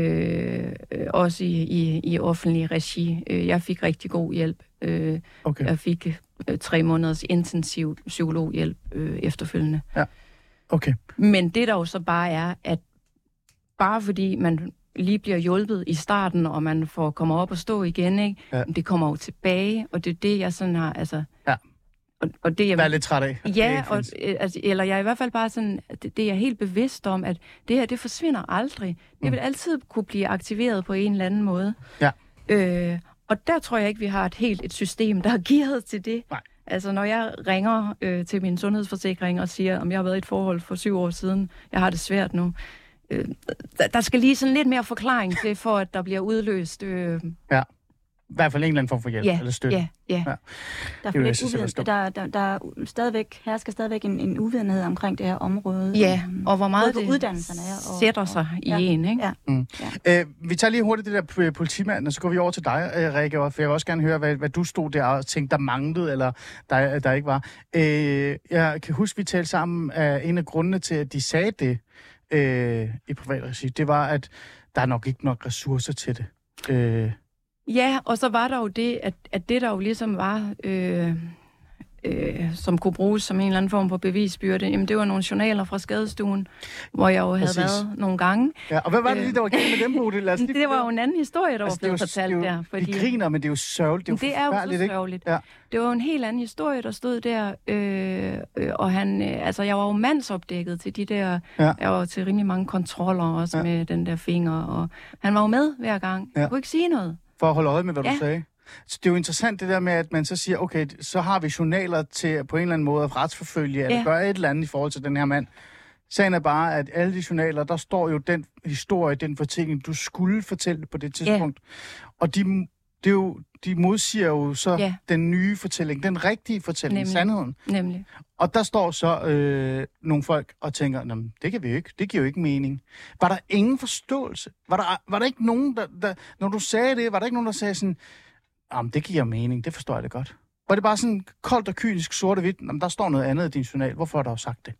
Også i offentlig regi. Jeg fik rigtig god hjælp. Okay. Jeg fik 3 måneders intensiv psykologhjælp efterfølgende. Ja. Okay. Men det der jo så bare er, at bare fordi man lige bliver hjulpet i starten, og man får kommer op og stå igen, ikke? Ja. Det kommer jo tilbage, og det er det, jeg sådan har, og det jeg er lidt træt af. Ja, eller jeg er i hvert fald bare sådan, det er jeg helt bevidst om, at det her, det forsvinder aldrig. Det vil altid kunne blive aktiveret på en eller anden måde. Ja. Og der tror jeg ikke, vi har et system, der er gearet til det. Nej. Altså, når jeg ringer til min sundhedsforsikring og siger, om jeg har været i et forhold for 7 år siden, jeg har det svært nu, der skal lige sådan lidt mere forklaring til, for at der bliver udløst I hvert fald en eller anden form for hjælp eller støtte. Ja. Der er for lidt hersker stadigvæk en uvidenhed omkring det her område. Ja, og hvor meget det uddannelserne sætter sig i en, ikke? Ja. Vi tager lige hurtigt det der politimand, og så går vi over til dig, Rikke, for jeg vil også gerne høre, hvad du stod der og tænkte, der manglede, eller der ikke var. Jeg kan huske, vi talte sammen af en af grundene til, at de sagde det i privat regi. Det var, at der er nok ikke nok ressourcer til det. Ja, og så var der jo det, at det der jo ligesom var, som kunne bruges som en eller anden form for bevisbyrde, jamen det var nogle journaler fra skadestuen, hvor jeg jo havde været nogle gange. Ja, og hvad var det lige, der var galt med dem, Bodil? Det var jo en anden historie, der var blevet fortalt der. Fordi vi griner, men det er jo sørgeligt. Det er jo så sørgeligt. Ja. Det var jo en helt anden historie, der stod der, og han, jeg var jo mandsopdækket til de der, jeg var til rimelig mange kontroller også med den der finger, og han var jo med hver gang. Jeg kunne ikke sige noget. For at holde øje med, hvad du sagde. Så det er jo interessant det der med, at man så siger, okay, så har vi journaler til på en eller anden måde at retsforfølge, eller gøre et eller andet i forhold til den her mand. Sagen er bare, at alle de journaler, der står jo den historie, den fortælling, du skulle fortælle på det tidspunkt. Og de modsiger jo så den nye fortælling, den rigtige fortælling, sandheden. Nemlig. Og der står så nogle folk og tænker, det kan vi jo ikke, det giver jo ikke mening. Var der ingen forståelse? Var der ikke nogen, der når du sagde det, var der ikke nogen, der sagde sådan, det giver mening, det forstår jeg det godt. Var det bare sådan koldt og kynisk, sort og hvidt, der står noget andet i din journal, hvorfor har du sagt det?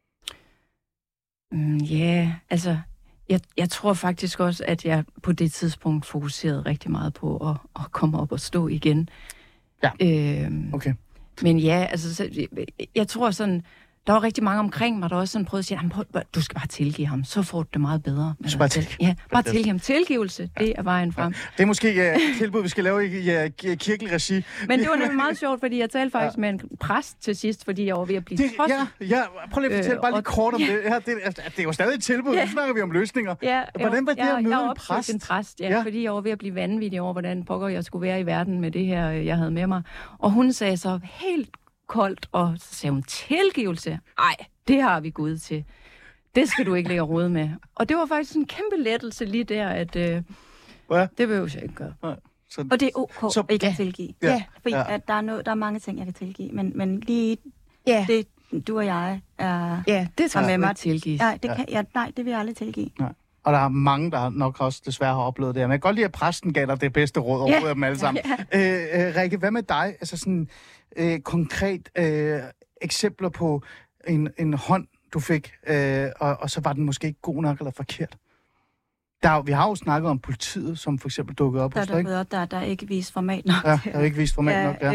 Jeg tror faktisk også, at jeg på det tidspunkt fokuserede rigtig meget på at komme op og stå igen. Ja, okay. Men jeg tror sådan, der var rigtig mange omkring mig, der også sådan prøvede at sige, du skal bare tilgive ham, så får du det meget bedre. Bare tilgive ham. Tilgivelse, det er vejen frem. Det er måske et tilbud, vi skal lave i kirkelig regi. Men det var nemlig meget sjovt, fordi jeg talte faktisk med en præst til sidst, fordi jeg var ved at blive tosset. Prøv lige at fortælle bare lige kort om det. Det er jo stadig et tilbud, nu snakker vi om løsninger. Hvordan var det at møde en præst? En præst, fordi jeg var ved at blive vanvittig over, hvordan pokker jeg skulle være i verden med det her, jeg havde med mig. Og hun sagde så helt koldt, og så sagde hun, tilgivelse? Ej, det har vi Gud til. Det skal du ikke lægge råd med. Og det var faktisk en kæmpe lettelse lige der, at det behøver jeg ikke gøre. Og det er ok ikke at tilgive. Fordi at der er mange ting, jeg kan tilgive, men lige det, du og jeg er det skal med mig tilgive. Nej, det vil jeg aldrig tilgive. Nej. Og der er mange, der nok også desværre har oplevet det her. Men jeg kan godt lide, at præsten gav dig det bedste råd over dem alle sammen. Rikke, hvad med dig? Altså sådan konkret eksempler på en hånd, du fik, og så var den måske ikke god nok eller forkert. Vi har jo snakket om politiet, som for eksempel dukkede op hos dig, ikke? Der er ikke vist format nok. Ja, der er ikke vist format nok,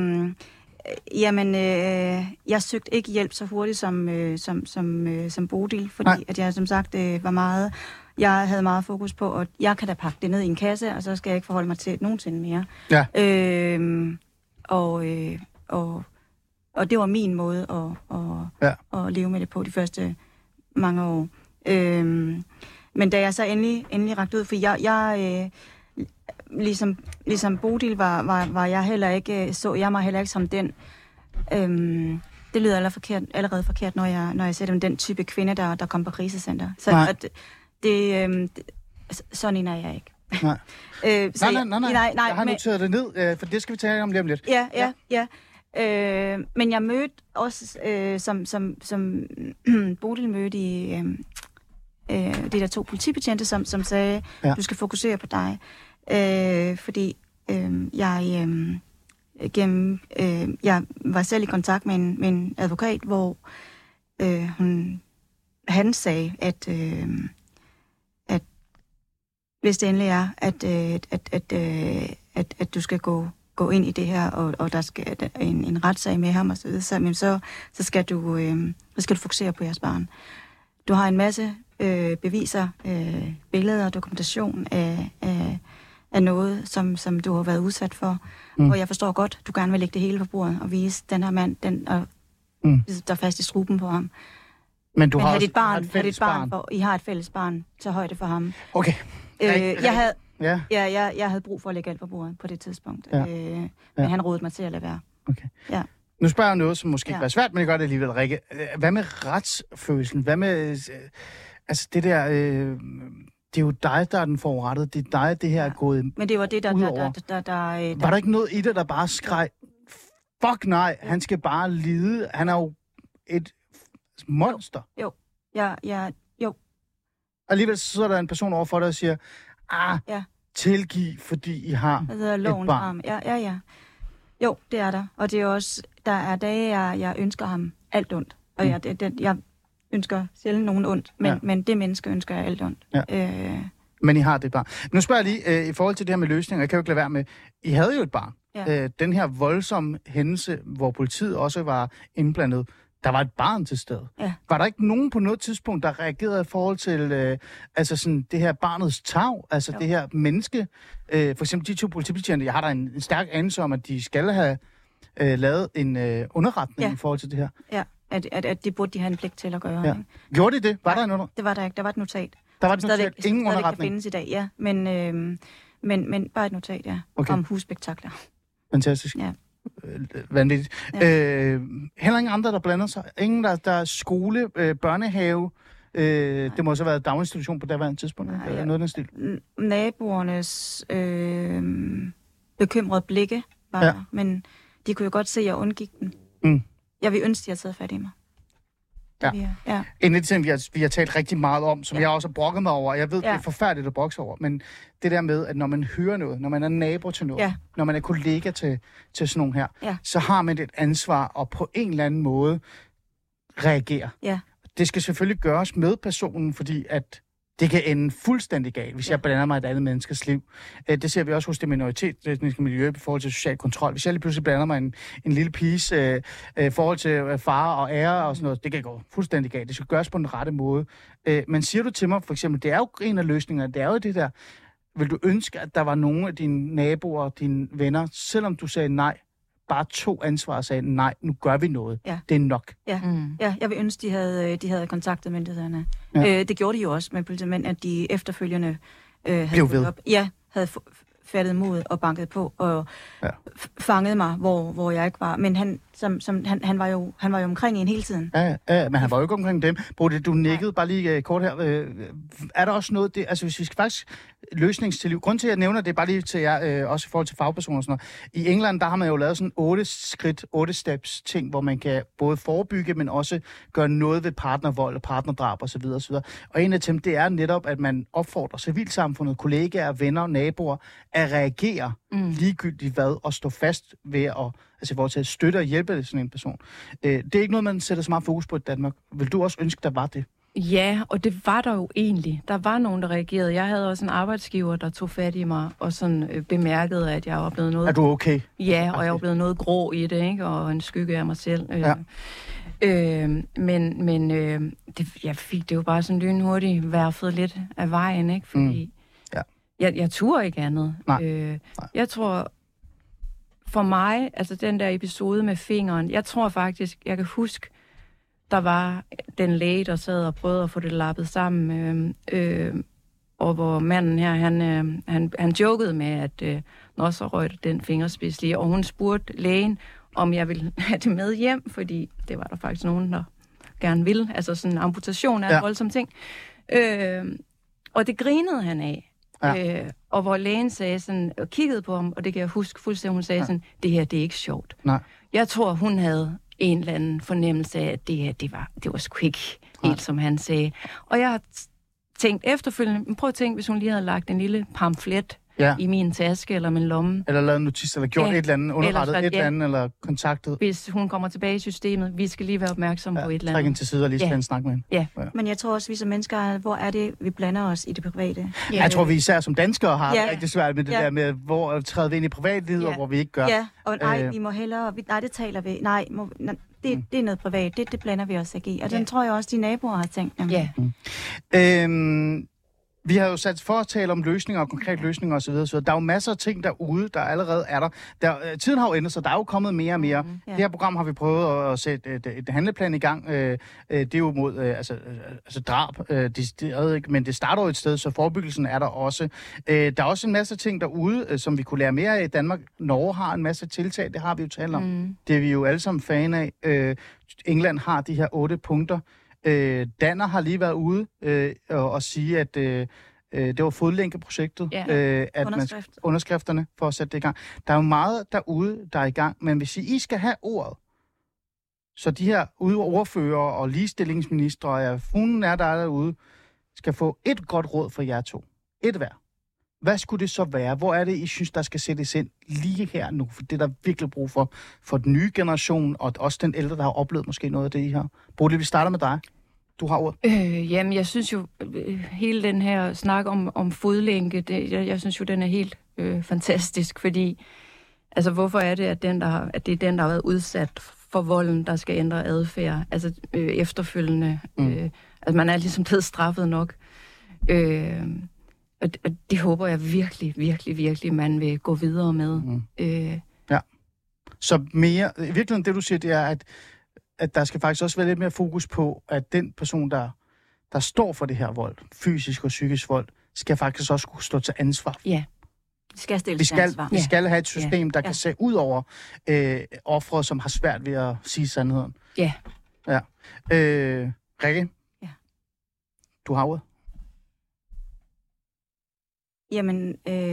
jeg søgte ikke hjælp så hurtigt som Bodil, fordi at jeg som sagt var meget... Jeg havde meget fokus på, at jeg kan da pakke det ned i en kasse, og så skal jeg ikke forholde mig til nogensinde mere. Ja. Og det var min måde at leve med det på de første mange år. Men da jeg så endelig rakte ud, for jeg ligesom Bodil var jeg heller ikke, så jeg mig heller ikke som den. Det lyder allerede forkert, når jeg ser dem, den type kvinde, der kom på krisecenter. Så sådan en er jeg ikke. Nej. Nej. Jeg har noteret det ned, for det skal vi tale om lige om lidt. Ja. Men jeg mødte også, som Bodil mødte i de der 2 politibetjente, som sagde, du skal fokusere på dig. Fordi jeg var selv i kontakt med en advokat, hvor han sagde, at hvis det endelig er, at du skal gå ind i det her, og der skal en retssag med ham og så videre, så skal du fokusere på jeres barn. Du har en masse beviser, billeder og dokumentation af noget, som du har været udsat for. Og jeg forstår godt, du gerne vil lægge det hele på bordet og vise den her mand, der er fast i struben på ham. Men du har dit barn, et fælles barn. I har et fælles barn, så højde for ham. Okay. Jeg havde brug for at lægge alt på bordet på det tidspunkt. Men han rådede mig til at lade være. Okay. Ja. Nu spørger jeg noget, som måske ikke er svært, men jeg gør det alligevel, Rikke. Hvad med retsfølelsen? Hvad med det der det er jo dig, der er den forurettede. Det er dig, det her er gået Men det var det, Var der ikke noget i det, der bare skreg, fuck nej, han skal bare lide. Han er jo et monster. Jo. Alligevel så er der en person overfor dig og siger, tilgiv, fordi I har et barn. Ja. Jo, det er der. Og det er også, der er dage, jeg ønsker ham alt ondt. Og jeg ønsker sjældent nogen ondt, men det menneske ønsker jeg alt ondt. Ja. Men I har det barn. Nu spørger jeg lige, i forhold til det her med løsninger, jeg kan jo ikke lade være med, I havde jo et barn. Ja. Den her voldsomme hændelse, hvor politiet også var indblandet, der var et barn til stede. Ja. Var der ikke nogen på noget tidspunkt, der reagerede i forhold til sådan det her barnets tarv, altså det her menneske? For eksempel de 2 politibetjente, jeg har der en stærk anelse om, at de skal have lavet en underretning i forhold til det her. Ja, at det burde de have en pligt til at gøre. Ja. Gjorde de det? Var der en underretning? Det var der ikke. Der var et notat. Der var et notat? Ingen underretning? Kan findes i dag, ja. Men bare et notat, om husspektakler. Fantastisk. Ja. Vanvittigt. Ja. Heller ingen andre, der blander sig. Ingen, der er skole, børnehave. Det må også have været daginstitution på daværende tidspunkt. Noget af den stil. Naboernes bekymrede blikke var der, men de kunne jo godt se, at jeg undgik den. Jeg vil ønske, at de havde taget fat i mig. Ja. En af de ting, vi har talt rigtig meget om, som jeg også har brokket mig over, jeg ved, det er forfærdeligt at brokse over, men det der med, at når man hører noget, når man er nabo til noget, når man er kollega til sådan nogle her, så har man et ansvar og på en eller anden måde reagere. Ja. Det skal selvfølgelig gøres med personen, fordi at det kan ende fuldstændig galt, hvis jeg blander mig i et andet menneskes liv. Det ser vi også hos det minoritetsetniske miljø i forhold til social kontrol. Hvis jeg lige pludselig blander mig en lille piges forhold til far og ære og sådan noget, det kan gå fuldstændig galt. Det skal gøres på den rette måde. Men siger du til mig for eksempel, det er jo en af løsningerne, det er jo det der, vil du ønske, at der var nogle af dine naboer, dine venner, selvom du sagde nej, bare tog ansvar og sagde, nej, nu gør vi noget. Ja. Det er nok. Ja, jeg vil ønske, de havde kontaktet myndighederne. Ja. Det gjorde de jo også med politimænd, at de efterfølgende havde fattet mod og banket på og fanget mig, hvor jeg ikke var. Men han var jo omkring en hele tiden. Ja, men han var jo ikke omkring dem. Bodil, du nikkede bare lige kort her. Er der også noget, altså hvis vi skal faktisk løsningstilliv. Grunden til, at jeg nævner det, bare lige til jer, også i forhold til fagpersoner og sådan noget. I England, der har man jo lavet sådan 8 steps ting, hvor man kan både forebygge, men også gøre noget ved partnervold og partnerdrab osv. osv. Og en af dem, det er netop, at man opfordrer civilsamfundet, kollegaer, venner, naboer, at reagere ligegyldigt hvad, og stå fast ved at hvor til at støtte og hjælpe sådan en person. Det er ikke noget, man sætter så meget fokus på i Danmark. Vil du også ønske, der var det? Ja, og det var der jo egentlig. Der var nogen, der reagerede. Jeg havde også en arbejdsgiver, der tog fat i mig og sådan bemærkede, at jeg var blevet noget... Er du okay? Ja, og jeg var blevet noget grå i det, ikke? Og en skygge af mig selv. Men jeg fik det jo bare sådan lynhurtigt værfet lidt af vejen, ikke? Fordi jeg turde ikke andet. Jeg tror... For mig, altså den der episode med fingeren, jeg tror faktisk, jeg kan huske, der var den læge, der sad og prøvede at få det lappet sammen, og hvor manden her, han jokede med, at når så røg den fingerspids lige, og hun spurgte lægen, om jeg ville have det med hjem, fordi det var der faktisk nogen, der gerne ville. Altså sådan en amputation er en voldsom ting. Og det grinede han af. Ja. Og hvor lægen sagde sådan, og kiggede på ham, og det kan jeg huske fuldstændig, hun sagde sådan, det her, det er ikke sjovt. Nej. Jeg tror, hun havde en eller anden fornemmelse af, at det her, det var sgu ikke helt, som han sagde. Og jeg har tænkt efterfølgende, prøv at tænke, hvis hun lige havde lagt en lille pamflet i min taske eller min lomme. Eller lavet en notits, eller gjort et eller andet, underrettet et eller andet, eller kontaktet. Hvis hun kommer tilbage i systemet, vi skal lige være opmærksomme på et eller andet. Træk hende til side og lige skal snakke med hende. Ja. Men jeg tror også, vi som mennesker, hvor er det, vi blander os i det private? Ja. Jeg tror, vi især som danskere har rigtig svært med det der med, hvor træder vi ind i privatlivet, og hvor vi ikke gør. Ja, og vi må hellere, nej, det taler vi, det er noget privat, det blander vi os ikke i. Og den tror jeg også, de naboer har tænkt. Ja. Vi har jo sat for at tale om løsninger og konkrete løsninger osv. Så der er jo masser af ting derude, der allerede er der. Tiden har jo ændret sig, der er jo kommet mere og mere. Det her program har vi prøvet at sætte et handleplan i gang. Det er jo mod drab, men det starter jo et sted, så forebyggelsen er der også. Der er også en masse ting derude, som vi kunne lære mere af i Danmark. Norge har en masse tiltag, det har vi jo talt om. Det er vi jo alle sammen fan af. England har de her 8 punkter. Danner har lige været ude og sige, Det var fodlænkeprojektet, at underskrifterne for at sætte det i gang. Der er jo meget derude, der er i gang, men hvis I skal have ordet, så de her ordfører og ligestillingsministre, og funden er der derude, skal få et godt råd fra jer to. Et hver. Hvad skulle det så være? Hvor er det, I synes, der skal sættes ind lige her nu? For det er der virkelig brug for den nye generation, og også den ældre, der har oplevet måske noget af det, I har. Bodil, vi starter med dig. Du har ordet. Jamen, jeg synes jo, hele den her snak om fodlænke, jeg synes jo, den er helt fantastisk, fordi altså, hvorfor er det, at det er den, der har været udsat for volden, der skal ændre adfærd, altså efterfølgende. Altså, man er ligesom blevet straffet nok. Og det håber jeg virkelig, man vil gå videre med. Ja. Så mere, i virkeligheden det, du siger, det er, at der skal faktisk også være lidt mere fokus på, at den person, der står for det her vold, fysisk og psykisk vold, skal faktisk også kunne stå til ansvar. Ja. Vi skal stille til ansvar. Vi skal have et system, der kan se ud over offeret, som har svært ved at sige sandheden. Ja. Ja. Rikke? Ja. Du har ordet. Jamen,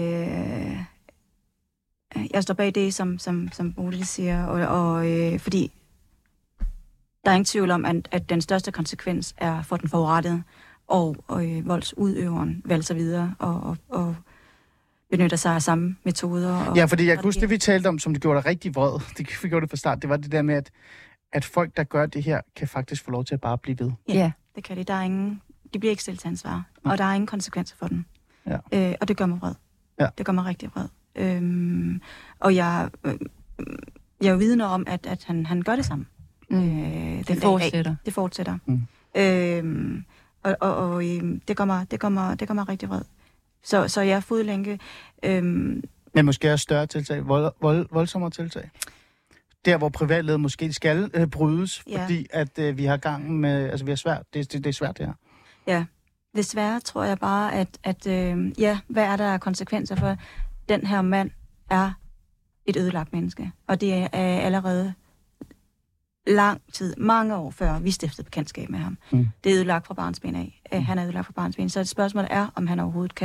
jeg står bag det, som Bodil siger, og fordi der er ingen tvivl om, at den største konsekvens er for den forurettede, og voldsudøveren valser videre og benytter sig af samme metoder. Ja, fordi jeg kan huske det, vi talte om, som det gjorde dig rigtig vred. Vi gjorde det fra start. Det var det der med, at folk, der gør det her, kan faktisk få lov til at bare blive ved. Ja, det kan de. De bliver ikke stillet til ansvar, og der er ingen konsekvenser for dem. Ja. Og det gør mig vred. Ja. Det gør mig rigtig vred. Og jeg er vidne om, at han gør det samme. Det fortsætter. Det fortsætter. Og det gør mig rigtig vred. Så jeg er fodlænke. Men måske også større tiltag, voldsommere tiltag. Der, hvor privatlivet måske skal brydes, fordi at vi har gang med, altså vi har svært, det er svært det her. Ja, desværre tror jeg bare, at hvad er der af konsekvenser for, den her mand er et ødelagt menneske. Og det er allerede lang tid, mange år før vi stiftede bekendtskab med ham. Det er ødelagt fra barnsben af. Han er ødelagt fra barnsben. Så spørgsmålet er, om han overhovedet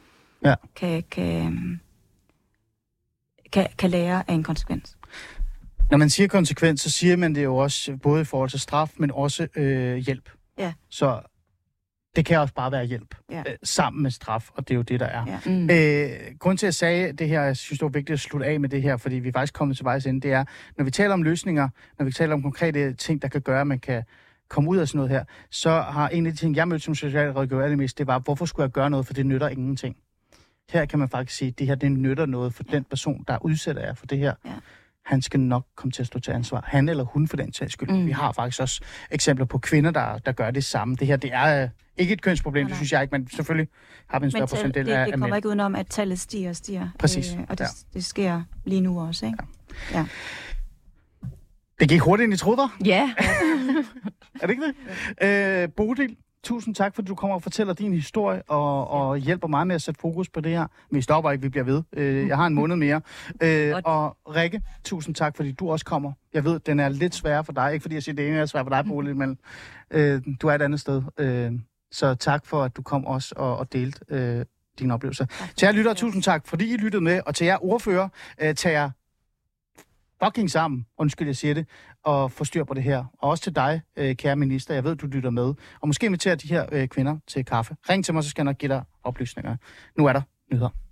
kan lære af en konsekvens. Når man siger konsekvens, så siger man det jo også både i forhold til straf, men også hjælp. Ja. Så det kan også bare være hjælp sammen med straf, og det er jo det, der er. Ja. Grunden til, at jeg sagde det her, jeg synes, det var vigtigt at slutte af med det her, fordi vi er faktisk kommet til vejs ende, det er, når vi taler om løsninger, når vi taler om konkrete ting, der kan gøre, at man kan komme ud af sådan noget her, så har en af de ting, jeg mødte som socialrådgiver allermest, det var, hvorfor skulle jeg gøre noget, for det nytter ingenting. Her kan man faktisk sige, at det her, det nytter noget for den person, der udsætter jer for det her. Ja. Han skal nok komme til at stå til ansvar. Han eller hun for den sags skyld. Vi har faktisk også eksempler på kvinder, der gør det samme. Det her, det er ikke et kønsproblem, det synes jeg ikke, men selvfølgelig har vi en større procentdel af det kommer ikke udenom, at tallet stiger. Præcis. Og det sker lige nu også, ikke? Ja. Det gik hurtigt, end I troede, var? Ja. Er det ikke det? Bodil, tusind tak, fordi du kommer og fortæller din historie og hjælper mig med at sætte fokus på det her. Men vi stopper ikke, vi bliver ved. Jeg har en måned mere. Og Rikke, tusind tak, fordi du også kommer. Jeg ved, den er lidt sværere for dig. Ikke fordi jeg siger, det ene er svært for dig, Bodil, men du er et andet sted. Så tak for, at du kom også og delte dine oplevelser. Til jer lyttere, tusind tak, fordi I lyttede med. Og til jer ordfører, tag jer fucking sammen, undskyld, jeg siger det, og få styr på det her. Og også til dig, kære minister, jeg ved, du lytter med. Og måske inviterer de her kvinder til kaffe. Ring til mig, så skal jeg nok give dig oplysninger. Nu er der nyheder.